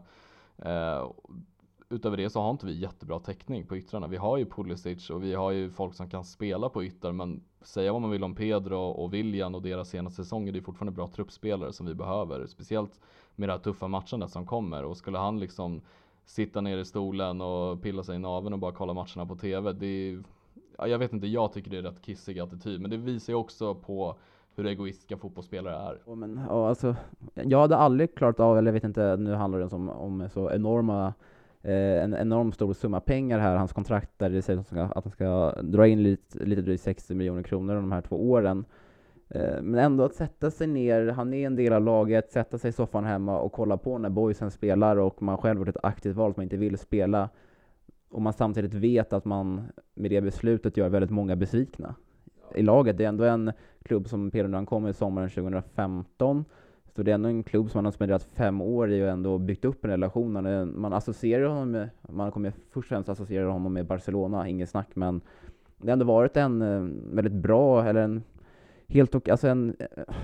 Utöver det så har inte vi jättebra täckning på yttrarna. Vi har ju Pulisic och vi har ju folk som kan spela på yttrar, men säga vad man vill om Pedro och Willian och deras senaste säsonger, det är fortfarande bra truppspelare som vi behöver, speciellt med det här tuffa matcherna som kommer. Och skulle han liksom sitta ner i stolen och pilla sig i naveln och bara kolla matcherna på TV, det är, jag vet inte, jag tycker det är rätt kissig attityd, men det visar ju också på hur egoistiska fotbollsspelare är. Men, alltså, jag hade aldrig klarat av, eller jag vet inte, nu handlar det om så enorma en enorm stor summa pengar här, hans kontrakt där det sägs att han ska dra in lite drygt 60 miljoner kronor de här 2 åren. Men ändå att sätta sig ner, han är en del av laget, sätta sig i soffan hemma och kolla på när boysen spelar och man själv har ett aktivt val att man inte vill spela, och man samtidigt vet att man med det beslutet gör väldigt många besvikna i laget. Det är ändå en klubb som Pedro, när han kom i sommaren 2015, så det är ändå en klubb som man har spenderat 5 år i och ändå byggt upp en relation. Man associerar honom med, man kommer först och främst associera honom med Barcelona, inget snack, men det har ändå varit en väldigt bra, eller en helt och alltså en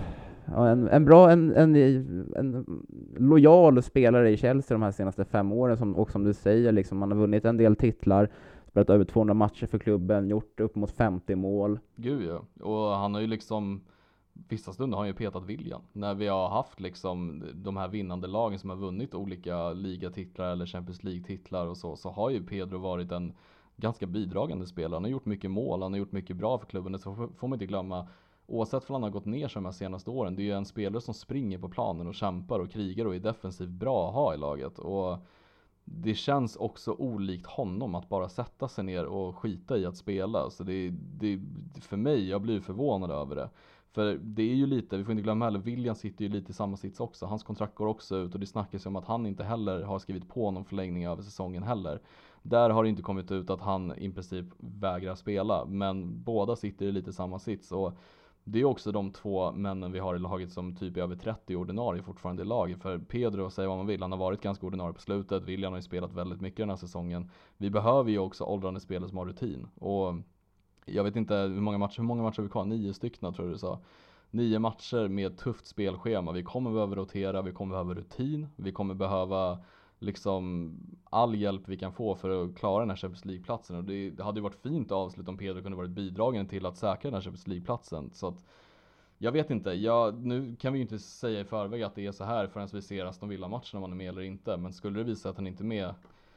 lojal spelare i Chelsea de här senaste 5 åren, som du säger, liksom, man har vunnit en del titlar, spelat över 200 matcher för klubben, gjort upp mot 50 mål. Gud ja, och han har ju liksom vissa stunder har han ju petat Willian. När vi har haft liksom de här vinnande lagen som har vunnit olika ligatitlar eller Champions League-titlar och så har ju Pedro varit en ganska bidragande spelare. Han har gjort mycket mål, han har gjort mycket bra för klubben. Så får man inte glömma, oavsett om han har gått ner sig de här senaste åren, det är ju en spelare som springer på planen och kämpar och krigar och är defensivt bra att ha i laget. Och det känns också olikt honom att bara sätta sig ner och skita i att spela. Så det för mig, jag blir förvånad över det. För det är ju lite, vi får inte glömma heller, William sitter ju lite i samma sits också. Hans kontrakt går också ut och det snackas om att han inte heller har skrivit på någon förlängning över säsongen heller. Där har det inte kommit ut att han i princip vägrar spela, men båda sitter i lite samma sits. Och det är också de 2 männen vi har i laget som typ är över 30 ordinarie fortfarande i laget. För Pedro, säger vad man vill, han har varit ganska ordinarie på slutet. William har ju spelat väldigt mycket den här säsongen. Vi behöver ju också åldrande spelare som har rutin. Och jag vet inte hur många matcher vi kvar, 9 stycken tror jag du sa. 9 matcher med tufft spelschema. Vi kommer behöva rotera, vi kommer behöva rutin, vi kommer behöva liksom all hjälp vi kan få för att klara den här Champions League-platsen. Och det hade ju varit fint att avsluta om Pedro kunde varit bidragen till att säkra den här Champions League-platsen. Så att jag vet inte, nu kan vi ju inte säga i förväg att det är så här förrän vi ser Aston Villa-matchen om han är med eller inte. Men skulle det visa att han inte är med,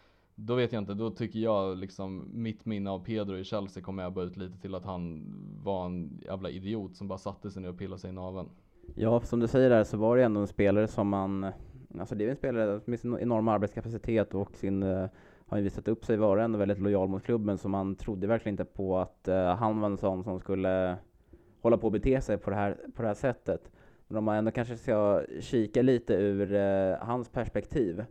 då vet jag inte, då tycker jag liksom mitt minne av Pedro i Chelsea kommer ebba ut lite till att han var en jävla idiot som bara satte sig ner och pillade sig i naveln. Ja, som du säger där så var det ändå en spelare som man, alltså det är en spelare med sin enorma arbetskapacitet och har ju visat upp sig vara ändå väldigt lojal mot klubben, så man trodde verkligen inte på att han var en sån som skulle hålla på att bete sig på det här sättet. Men om man ändå kanske ska kika lite ur hans perspektiv,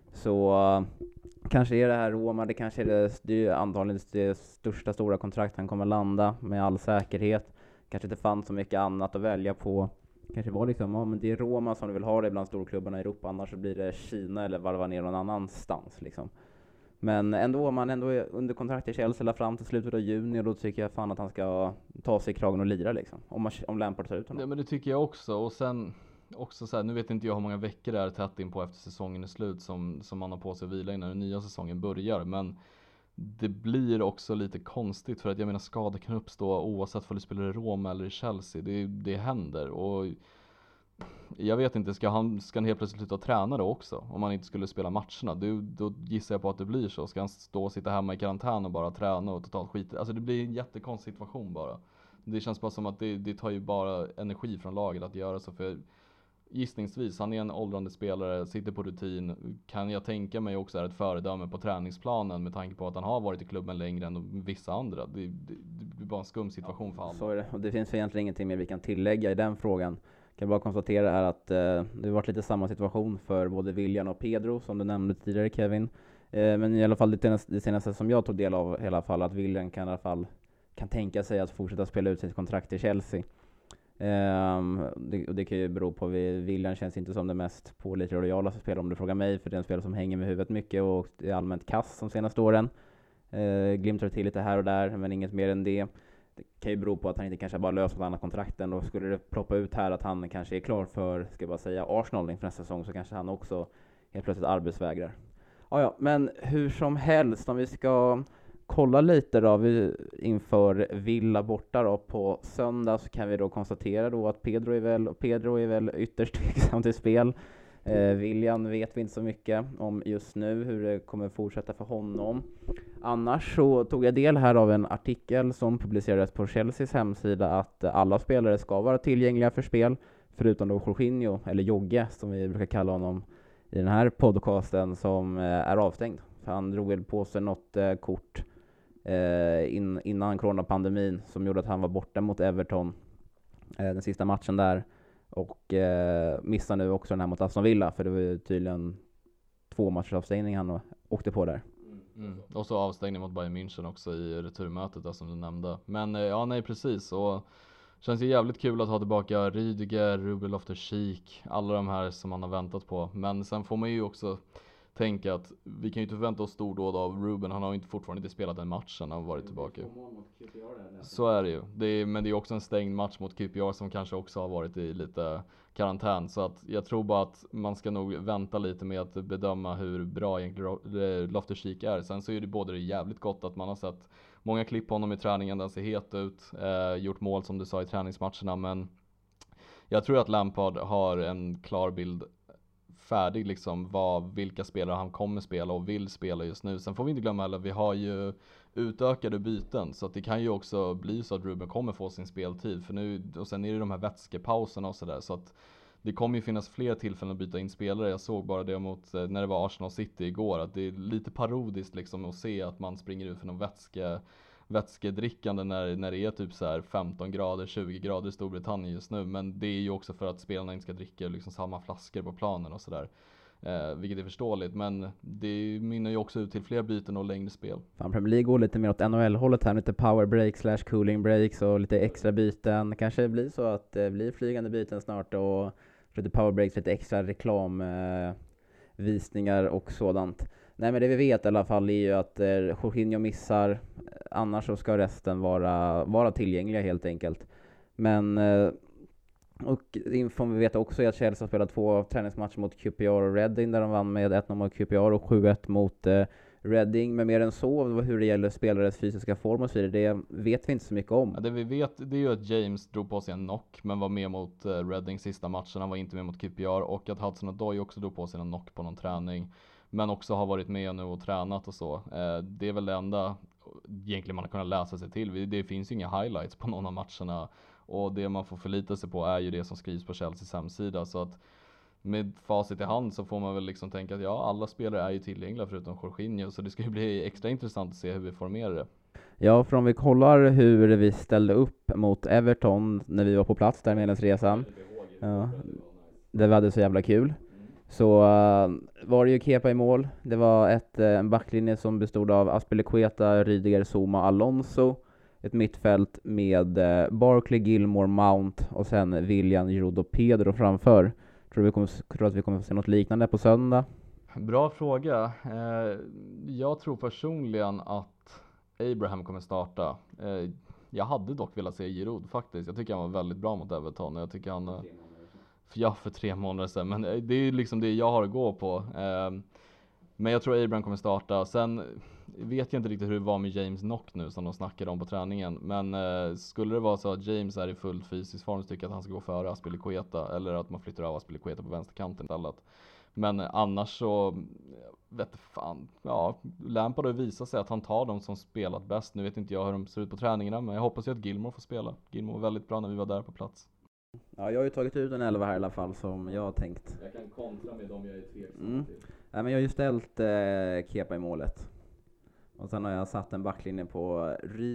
så kanske är det här Roma, det kanske är det antagligen det största stora kontrakt han kommer landa med all säkerhet. Kanske inte fanns så mycket annat att välja på kanske var liksom, ja men det är Roma som du vill ha det bland storklubbarna i Europa, annars så blir det Kina eller varva ner någon annanstans liksom. Men ändå, man ändå är under kontrakt i Chelsea hela fram till slutet av juni, och då tycker jag fan att han ska ta sig i kragen och lira liksom. Om Lampard tar ut honom. Ja, men det tycker jag också. Och sen också så här, nu vet inte jag hur många veckor det är tätt in på efter säsongen är slut som man har på sig att vila innan den nya säsongen börjar. Men det blir också lite konstigt, för att jag menar, skador kan uppstå oavsett om du spelar i Roma eller i Chelsea. Det händer, och jag vet inte, ska han helt plötsligt sluta träna då också? Om han inte skulle spela matcherna, då gissar jag på att det blir så. Ska han stå och sitta hemma i karantän och bara träna och totalt skit? Alltså det blir en jättekonstig situation bara. Det känns bara som att det tar ju bara energi från laget att göra så, för gissningsvis, han är en åldrande spelare, sitter på rutin, kan jag tänka mig också är ett föredöme på träningsplanen med tanke på att han har varit i klubben längre än vissa andra. Det blir bara en skum situation för alla. Så är det, och det finns egentligen ingenting mer vi kan tillägga i den frågan. Kan bara konstatera är att det har varit lite samma situation för både Willian och Pedro som du nämnde tidigare, Kevin. Men i alla fall det senaste som jag tog del av i alla fall, att Willian kan i alla fall tänka sig att fortsätta spela ut sitt kontrakt i Chelsea. Det kan ju bero på att Willian känns inte som det mest pålitliga och lojala spelare om du frågar mig, för det är en spelare som hänger med huvudet mycket och är allmänt kass de senaste åren. Glimtar till lite här och där, men inget mer än det. Det kan ju bero på att han inte kanske bara löser något annat kontrakt än, och skulle det ploppa ut här att han kanske är klar för, ska jag bara säga, Arsenal inför nästa säsong, så kanske han också helt plötsligt arbetsvägrar. Ja, men hur som helst, om vi ska kolla lite då inför Villa borta då på söndag, så kan vi då konstatera då att Pedro är väl ytterst tveksam till spel. Willian vet vi inte så mycket om just nu, hur det kommer fortsätta för honom. Annars så tog jag del här av en artikel som publicerades på Chelseas hemsida att alla spelare ska vara tillgängliga för spel, förutom då Jorginho, eller Jogge som vi brukar kalla honom i den här podcasten, som är avstängd. För han drog väl på sig något kort innan coronapandemin som gjorde att han var borta mot Everton den sista matchen där, och missar nu också den här mot Aston Villa, för det var ju tydligen 2 matchers avstängning han åkte på där. Och så avstängning mot Bayern München också i returmötet där, som du nämnde. Men ja, nej precis, och känns ju jävligt kul att ha tillbaka Rydiger, Ruben Loftus-Cheek, alla de här som man har väntat på. Men sen får man ju också tänka att vi kan ju inte förvänta oss stordåd av Ruben. Han har ju fortfarande inte spelat en match sedan han varit tillbaka. Så är det ju. Men det är också en stängd match mot QPR som kanske också har varit i lite karantän. Så att jag tror bara att man ska nog vänta lite med att bedöma hur bra egentligen Loftus-Cheek är. Sen så är det både jävligt gott att man har sett många klipp på honom i träningen. Den ser het ut. Gjort mål som du sa i träningsmatcherna. Men jag tror att Lampard har en klar bild färdig liksom vilka spelare han kommer spela och vill spela just nu. Sen får vi inte glömma heller att vi har ju utökade byten, så att det kan ju också bli så att Ruben kommer få sin speltid för nu, och sen är det de här vätskepauserna och sådär, så att det kommer ju finnas fler tillfällen att byta in spelare. Jag såg bara det mot när det var Arsenal City igår, att det är lite parodiskt liksom att se att man springer ut för någon vätskedrickande när det är typ så här 15 grader, 20 grader i Storbritannien just nu. Men det är ju också för att spelarna inte ska dricka liksom samma flaskor på planen och sådär. Vilket är förståeligt, men det minner ju också ut till fler byten och längre spel. Fan, Premier League går lite mer åt NHL-hållet här, lite power breaks / cooling breaks och lite extra byten. Kanske det blir så att det blir flygande byten snart och lite power breaks, lite extra reklamvisningar och sådant. Nej, men det vi vet i alla fall är ju att Jorginho missar, annars så ska resten vara tillgängliga helt enkelt. Men och infon vi vet också är att Chelsea har spelat 2 träningsmatcher mot QPR och Reading där de vann med 1-0 mot QPR och 7-1 mot Reading. Men mer än så, hur det gäller spelares fysiska form och så vidare, det vet vi inte så mycket om. Ja, det vi vet det är ju att James drog på sig en knock men var med mot Reading sista matchen. Han var inte med mot QPR, och att Hudson-Odoi också drog på sig en knock på någon träning. Men också har varit med nu och tränat och så. Det är väl det enda egentligen man har kunnat läsa sig till. Det finns ju inga highlights på någon av matcherna. Och det man får förlita sig på är ju det som skrivs på Chelseas hemsida. Så att med facit i hand så får man väl liksom tänka att ja, alla spelare är ju tillgängliga förutom Jorginho. Så det ska ju bli extra intressant att se hur vi formerar det. Ja, för om vi kollar hur vi ställde upp mot Everton när vi var på plats där med resan. Ja, det var det så jävla kul. Så var det ju Kepa i mål. Det var en backlinje som bestod av Azpilicueta, Rydiger, Zuma, Alonso. ett mittfält med Barkley, Gilmore, Mount och sen Willian, Giroud och Pedro framför. Tror du att vi kommer få se något liknande på söndag? Bra fråga. Jag tror personligen att Abraham kommer starta. Jag hade dock velat se Giroud faktiskt. Jag tycker han var väldigt bra mot Everton. Jag tycker han... Ja, för 3 månader sedan. Men det är liksom det jag har att gå på. Men jag tror Abraham kommer starta. Sen vet jag inte riktigt hur det var med James Knock nu som de snackade om på träningen. Men skulle det vara så att James är i full fysisk form så tycker jag att han ska gå före Azpilicueta. Eller att man flyttar av Azpilicueta på vänsterkanten istället. Men annars så vet fan. Ja, Lampard har visat sig att han tar dem som spelat bäst. Nu vet inte jag hur de ser ut på träningarna. Men jag hoppas ju att Gilmore får spela. Gilmore var väldigt bra när vi var där på plats. Ja, jag har ju tagit ut en 11 här i alla fall som jag har tänkt. Jag kan kontra med dem jag är tveksam till. Ja, men jag har ju ställt Kepa i målet. Och sen har jag satt en backlinje på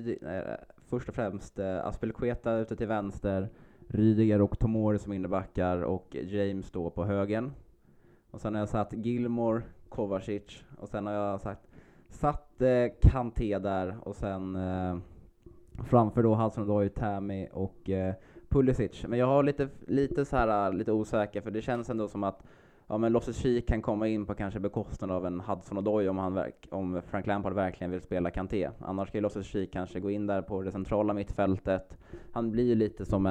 först och främst Azpilicueta ute till vänster, Rydiger och Tomori som innebackar och James då på högen. Och sen har jag satt Gilmore, Kovacic och sen har jag satt Kanté där och sen framför då Hudson-Odoi, Tammy och Pulisic. Men jag har lite osäker för det känns ändå som att men Loftus-Cheek kan komma in på kanske bekostnad av en Hudson-Odoi om Frank Lampard verkligen vill spela Kanté. Annars ska Loftus-Cheek kanske gå in där på det centrala mittfältet. Han blir lite som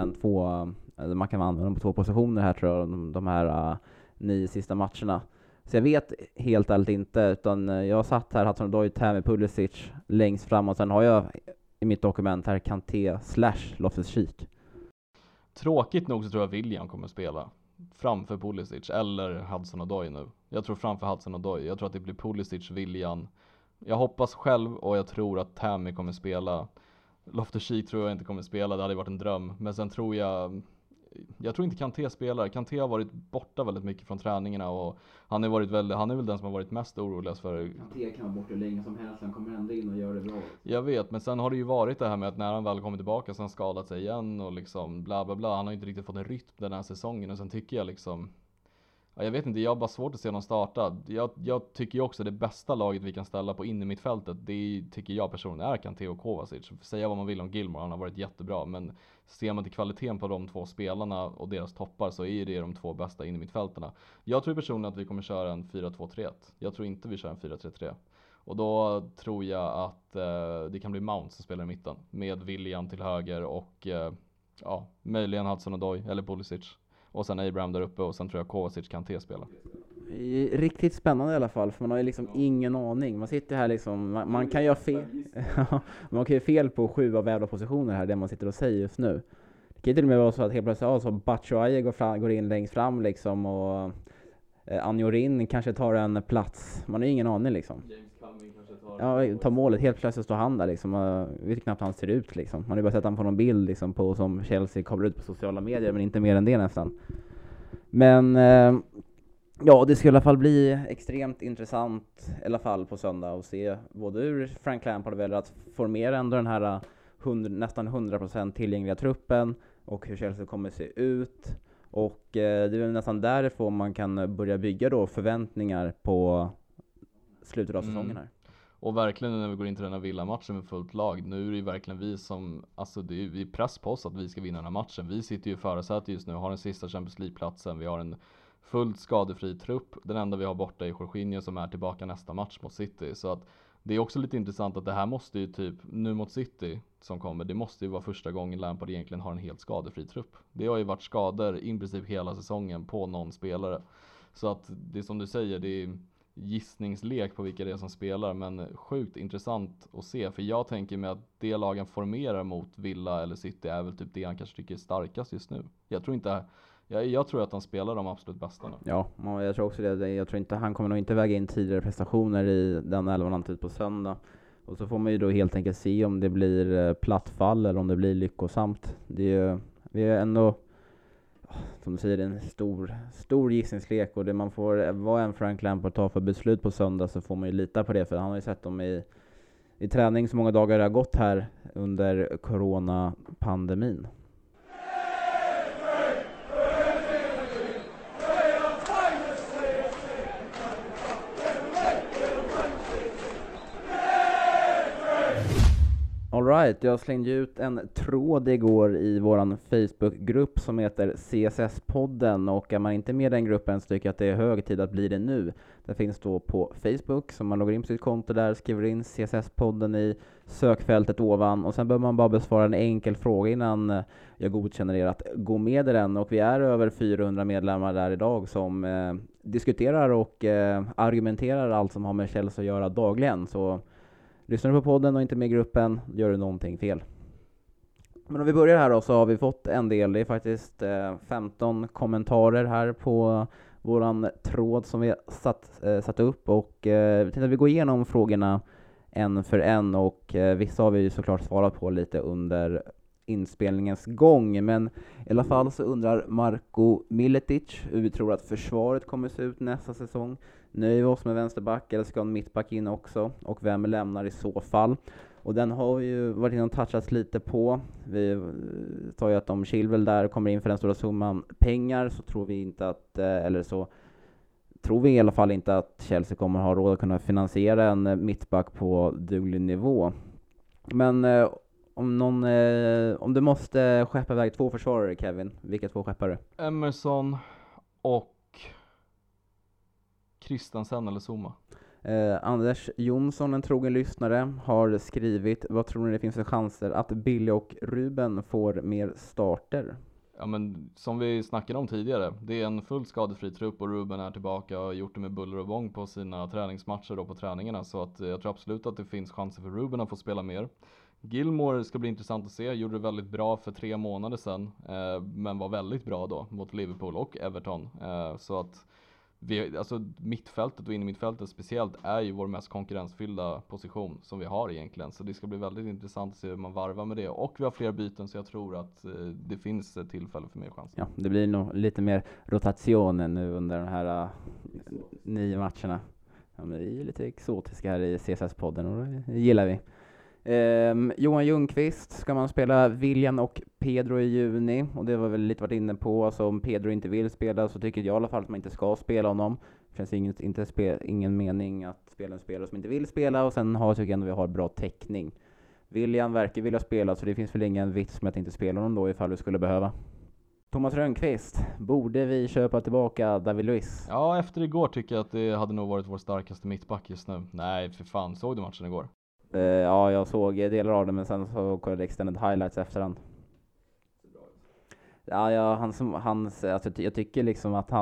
man kan använda dem på 2 positioner här tror jag, de här 9 sista matcherna. Så jag vet helt ärligt inte, utan jag har satt här Hudson-Odoi, Tammy, Pulisic längst fram och sen har jag i mitt dokument här Kanté / Loftus-Cheek. Tråkigt nog så tror jag William kommer spela framför Pulisic eller Hudson-Odoi nu. Jag tror framför Hudson-Odoi. Jag tror att det blir Pulisic, William. Jag hoppas själv och jag tror att Tammy kommer spela. Loftus-Cheek tror jag inte kommer spela, det hade varit en dröm. Men sen tror jag tror inte Kanté spelar. Kanté har varit borta väldigt mycket från träningarna och han är väl den som har varit mest oroligast för. Kanté kan vara borta hur länge som helst, han kommer ändå in och gör det bra. Jag vet, men sen har det ju varit det här med att när han väl kommer tillbaka så har han skadat sig igen och liksom bla bla bla. Han har inte riktigt fått en rytm den här säsongen och sen tycker jag liksom jag vet inte, jag har bara svårt att se någon starta. Jag tycker ju också det bästa laget vi kan ställa på in i mittfältet, det tycker jag personligen är Kanté och Kovacic. Säga vad man vill om Gilmore, han har varit jättebra, men ser man till kvaliteten på de 2 spelarna och deras toppar så är det de 2 bästa in i mittfälterna. Jag tror personligen att vi kommer köra en 4-2-3-1. Jag tror inte vi kör en 4-3-3. Och då tror jag att det kan bli Mount som spelar i mitten med William till höger och möjligen Hudson-Odoi eller Pulisic. Och sen Abraham där uppe och sen tror jag Kovacic kan spela. Riktigt spännande i alla fall, för man har ju liksom ingen aning. Man sitter här liksom, man kan göra fel. Man kan ju fel på 7 av jävla positioner här, det man sitter och säger just nu. Det kan ju till och med vara så att helt plötsligt så Batshuayi går in längst fram liksom och Anjorin kanske tar en plats. Man har ju ingen aning liksom. Tar målet, helt plötsligt står han där liksom. Vet knappt hur han ser ut liksom. Man har ju bara sett han på någon bild liksom på som Chelsea kommer ut på sociala medier, men inte mer än det nästan. Men det ska i alla fall bli extremt intressant i alla fall på söndag och se både hur Frank Lampard väljer att formera ändå den här nästan 100% tillgängliga truppen och hur Chelsea kommer se ut. Och det är väl nästan därifrån man kan börja bygga då förväntningar på slutet av säsongen här. Och verkligen när vi går in till den här Villa-matchen med fullt lag, nu är det ju verkligen vi som, alltså det är vi press på oss att vi ska vinna den här matchen. Vi sitter ju i förarsätet just nu, har den sista Champions League-platsen, vi har en fullt skadefri trupp. Den enda vi har borta är Jorginho som är tillbaka nästa match mot City. Så att det är också lite intressant att det här måste ju typ, nu mot City som kommer, det måste ju vara första gången Lampard egentligen har en helt skadefri trupp. Det har ju varit skador i princip hela säsongen på någon spelare. Så att det som du säger, det är gissningslek på vilka det är som spelar, men sjukt intressant att se, för jag tänker mig att det lagen formerar mot Villa eller City är väl typ det han kanske tycker är starkast just nu. Jag tror att han spelar de absolut bästa nu. Ja, jag tror också det. Jag tror inte, han kommer nog inte väga in tidigare prestationer i den 11 på söndag. Och så får man ju då helt enkelt se om det blir plattfall eller om det blir lyckosamt. Vi är ändå, som du säger, en stor gissningslek, och det man får, vad en Frank Lampard tar för beslut på söndag, så får man ju lita på det, för han har ju sett dem i träning så många dagar det har gått här under coronapandemin. All right, jag slängde ut en tråd igår i våran Facebookgrupp som heter CSS-podden, och är man inte med i den gruppen så tycker jag att det är hög tid att bli det nu. Det finns då på Facebook, så man loggar in på sitt konto där, skriver in CSS-podden i sökfältet ovan, och sen behöver man bara besvara en enkel fråga innan jag godkänner er att gå med i den. Och vi är över 400 medlemmar där idag som diskuterar och argumenterar allt som har med Chelsea att göra dagligen. Så lyssnar du på podden och inte med i gruppen, gör du någonting fel. Men om vi börjar här då, så har vi fått en del. Det är faktiskt 15 kommentarer här på våran tråd som vi har satt upp. Och vi tänkte att vi går igenom frågorna en för en. Och vissa har vi ju såklart svarat på lite under inspelningens gång. Men i alla fall så undrar Marko Miletic hur vi tror att försvaret kommer se ut nästa säsong. Nöjer vi oss med vänsterback eller ska en mittback in också? Och vem lämnar i så fall? Och den har vi ju varit inne och touchat lite på. Vi tar ju att om Chilwell där kommer in för den stora summan pengar, så tror vi inte att, eller så tror vi i alla fall inte att Chelsea kommer ha råd att kunna finansiera en mittback på duglig nivå. Men om du måste skeppa iväg 2 försvarare, Kevin, vilka 2 skeppar du? Emerson och Christensen eller Zuma. Anders Jonsson, en trogen lyssnare, har skrivit: vad tror ni det finns för chanser att Billy och Ruben får mer starter? Ja, men som vi snackade om tidigare, det är en fullt skadefri trupp och Ruben är tillbaka och har gjort det med buller och bång på sina träningsmatcher och på träningarna, så att jag tror absolut att det finns chanser för Ruben att få spela mer. Gilmore ska bli intressant att se, gjorde det väldigt bra för 3 månader sedan, men var väldigt bra då mot Liverpool och Everton, så att alltså mittfältet och in i mittfältet speciellt är ju vår mest konkurrensfyllda position som vi har egentligen, så det ska bli väldigt intressant att se hur man varvar med det, och vi har fler byten, så jag tror att det finns ett tillfälle för mer chans. Ja, det blir nog lite mer rotationen nu under de här 9 matcherna. Ja, men vi är lite exotiska här i CSS-podden och det gillar vi. Johan Ljungqvist, ska man spela William och Pedro i juni? Och det var väl lite varit inne på, alltså om Pedro inte vill spela så tycker jag i alla fall att man inte ska spela honom. Det finns ingen mening att spela en spelare som inte vill spela, och sen tycker jag ändå vi har bra täckning. William verkar vilja spela, så det finns väl ingen vits med att inte spela honom då ifall du skulle behöva. Thomas Rönnqvist, borde vi köpa tillbaka David Luiz? Ja, efter igår tycker jag att det hade nog varit vår starkaste mittback just nu. Nej, för fan, såg du matchen igår? Ja, jag såg delar av det, men sen så kollade jag extended highlights efterhand. Ja, alltså, jag tycker liksom att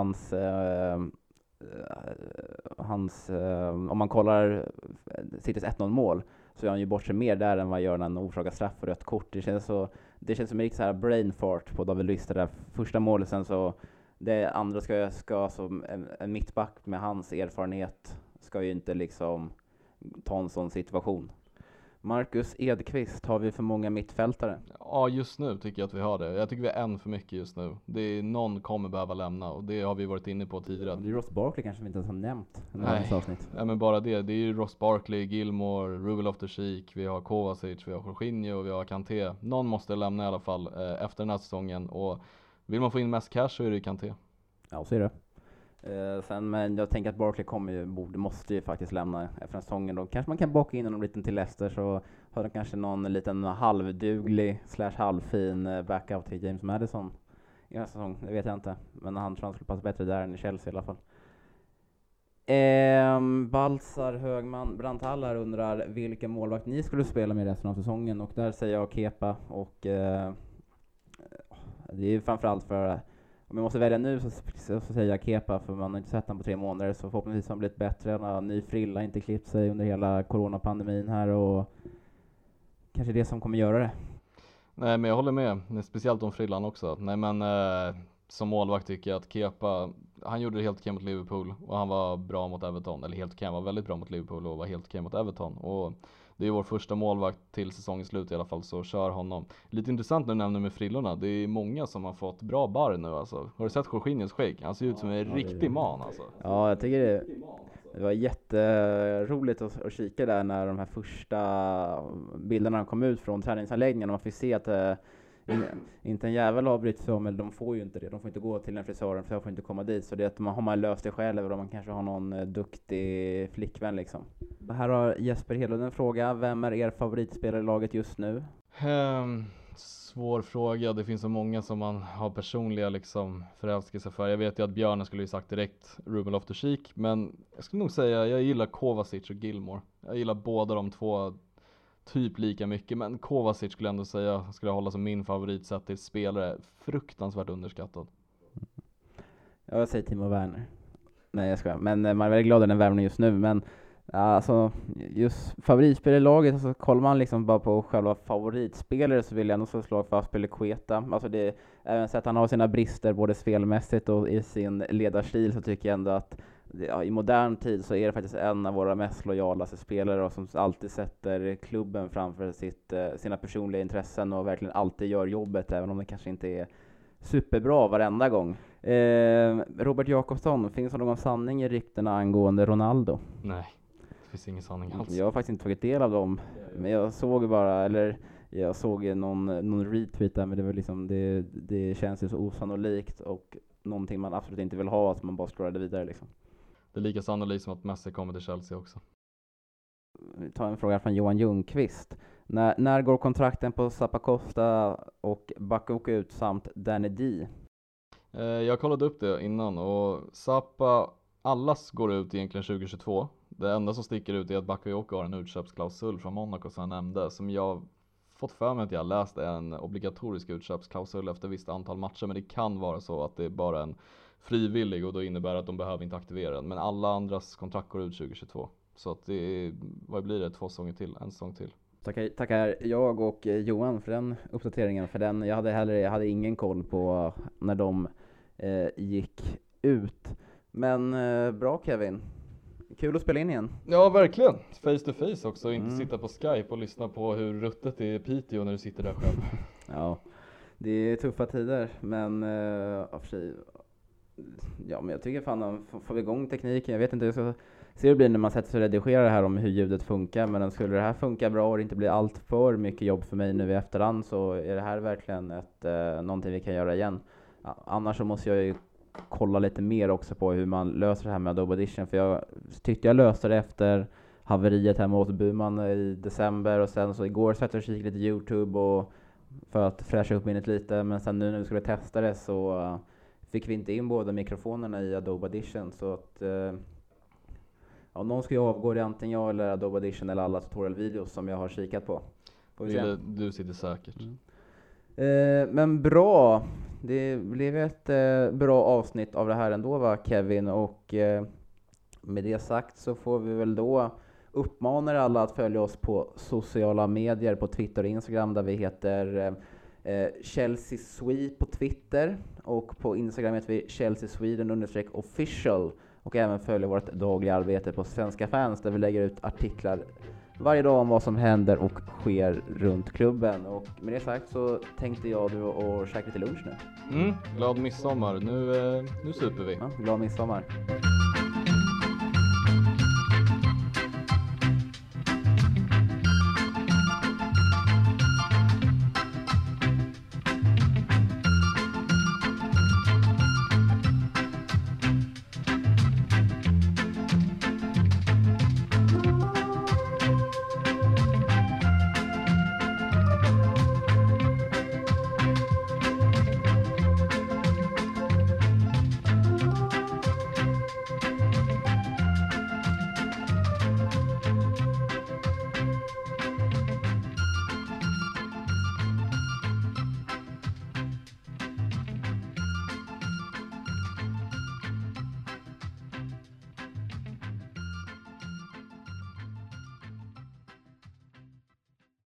om man kollar Citys 1-0 mål, så gör han ju bort sig mer där än vad gör när han orsakar straff och rött kort. Det känns som en riktigt så här brain fart på David Luiz, det där första målet. Sen så det andra ska som en mittback med hans erfarenhet ska ju inte liksom ta en sån situation. Marcus Edqvist, har vi för många mittfältare? Ja, just nu tycker jag att vi har det. Jag tycker vi är en för mycket just nu. Någon kommer behöva lämna, och det har vi varit inne på tidigare. Det är Ross Barkley kanske vi inte ens har nämnt. Nej, men bara det är ju Ross Barkley, Gilmore, Ruben Loftus-Cheek, vi har Kovacic, vi har Jorginho, vi har Kanté. Någon måste lämna i alla fall efter den här säsongen, och vill man få in mest cash så är det Kanté. Ja, så är det. Men jag tänker att Barkley måste ju faktiskt lämna efter säsongen. Då kanske man kan baka in honom lite till Leicester, så har de kanske någon liten halvduglig / halvfin backup till James Maddison i nästa säsong. Det vet jag inte, men han tror han skulle passa bättre där än i Chelsea i alla fall. Balsar Högman Brandtallar undrar vilken målvakt ni skulle spela med resten av säsongen, och där säger jag Kepa, och det är ju framförallt för om jag måste välja nu så säger jag Kepa, för man har inte sett honom på 3 månader, så förhoppningsvis har han blivit bättre. Han har ny frilla, inte klippt sig under hela coronapandemin här, och kanske det som kommer göra det. Nej, men jag håller med, speciellt om frillan också. Nej, men som målvakt tycker jag att Kepa, han gjorde det helt okej mot Liverpool, och han var bra mot Everton, eller helt okej, han var väldigt bra mot Liverpool och var helt okej mot Everton, och det är vår första målvakt till säsongens slut i alla fall, så kör honom. Lite intressant när du nämner med frillorna, det är många som har fått bra barr nu alltså. Har du sett Jorginhos skägg? Han ser ut som en riktig man alltså. Ja, jag tycker det var jätteroligt att kika där när de här första bilderna kom ut från träningsanläggningen, och man fick se att inte en jävel har brytt sig om, eller de får ju inte det. De får inte gå till en frisören för jag får inte komma dit. Så det är att har man löst det själv, eller om man kanske har någon duktig flickvän liksom. Här har Jesper Hedlund en fråga. Vem är er favoritspelare i laget just nu? Svår fråga. Det finns så många som man har personliga liksom förälskelser för. Jag vet ju att Björnen skulle ju sagt direkt Ruben Loftus-Cheek, men jag skulle nog säga jag gillar Kovacic och Gilmore. Jag gillar båda de två typ lika mycket, men Kovacic skulle jag ändå säga skulle jag hålla som min favorit sett till spelare. Fruktansvärt underskattad. Jag säger Timo Werner. Nej, jag skojar. Men man är väldigt glad i den värvningen just nu, men alltså, just favoritspelare i laget, alltså, kollar man liksom bara på själva favoritspelare så vill jag nog slå slag för Azpilicueta. Alltså det, även så att han har sina brister både spelmässigt och i sin ledarstil, så tycker jag ändå att i modern tid så är det faktiskt en av våra mest lojalaste spelare och som alltid sätter klubben framför sina personliga intressen och verkligen alltid gör jobbet, även om det kanske inte är superbra varenda gång. Robert Jakobsson, finns det någon sanning i ryktena angående Ronaldo? Nej. Det finns ingen sanning alls. Jag har faktiskt inte tagit del av dem, men jag såg någon retweet där, men det var liksom det känns ju så osannolikt och någonting man absolut inte vill ha, att man bara scrollade vidare liksom. Det är lika sannolikt som att Messi kommer till Chelsea också. Vi tar en fråga från Johan Ljungqvist. När går kontrakten på Zappacosta och Bakayoko ut samt Danny D? Jag kollade upp det innan och Zappa, allas går ut egentligen 2022. Det enda som sticker ut är att Bakayoko har en utköpsklausul från Monaco som jag nämnde, som jag fått för mig att jag läst är en obligatorisk utköpsklausul efter ett visst antal matcher, men det kan vara så att det är bara en frivillig och då innebär att de behöver inte aktivera den. Men alla andras kontrakt går ut 2022. Så att det är, vad blir det, en säsong till. Tackar jag och Johan för den uppdateringen, för den jag hade ingen koll på när de gick ut. Men bra Kevin. Kul att spela in igen. Ja, verkligen. Face to face också. Inte sitta på Skype och lyssna på hur ruttet det är i Piteå när du sitter där själv. Ja, det är tuffa tider. Men men jag tycker fan får vi igång tekniken. Jag vet inte hur det ska se hur det blir när man sätter sig och redigerar det här om hur ljudet funkar. Men skulle det här funka bra och det inte blir allt för mycket jobb för mig nu i efterhand, så är det här verkligen någonting vi kan göra igen. Annars så måste jag ju kolla lite mer också på hur man löser det här med Adobe Audition, för jag tyckte jag löste det efter haveriet hemma hos Buman i december, och sen så igår satt jag och kikade lite YouTube och för att fräscha upp minnet lite, men sen nu när vi skulle testa det så fick vi inte in båda mikrofonerna i Adobe Audition, så att någon ska ju avgå, det antingen jag eller Adobe Audition eller alla tutorial-videos som jag har kikat på. Du sitter säkert. Men bra. Det blev ett bra avsnitt av det här ändå, va Kevin? Och med det sagt så får vi väl då uppmana alla att följa oss på sociala medier, på Twitter och Instagram, där vi heter Chelsea Swede på Twitter, och på Instagram heter vi Chelsea Sweden _official, och även följa vårt dagliga arbete på Svenska Fans, där vi lägger ut artiklar varje dag om vad som händer och sker runt klubben. Och med det sagt så tänkte jag och käka lite lunch nu. Glad midsommar. Nu super vi. Ja, glad midsommar.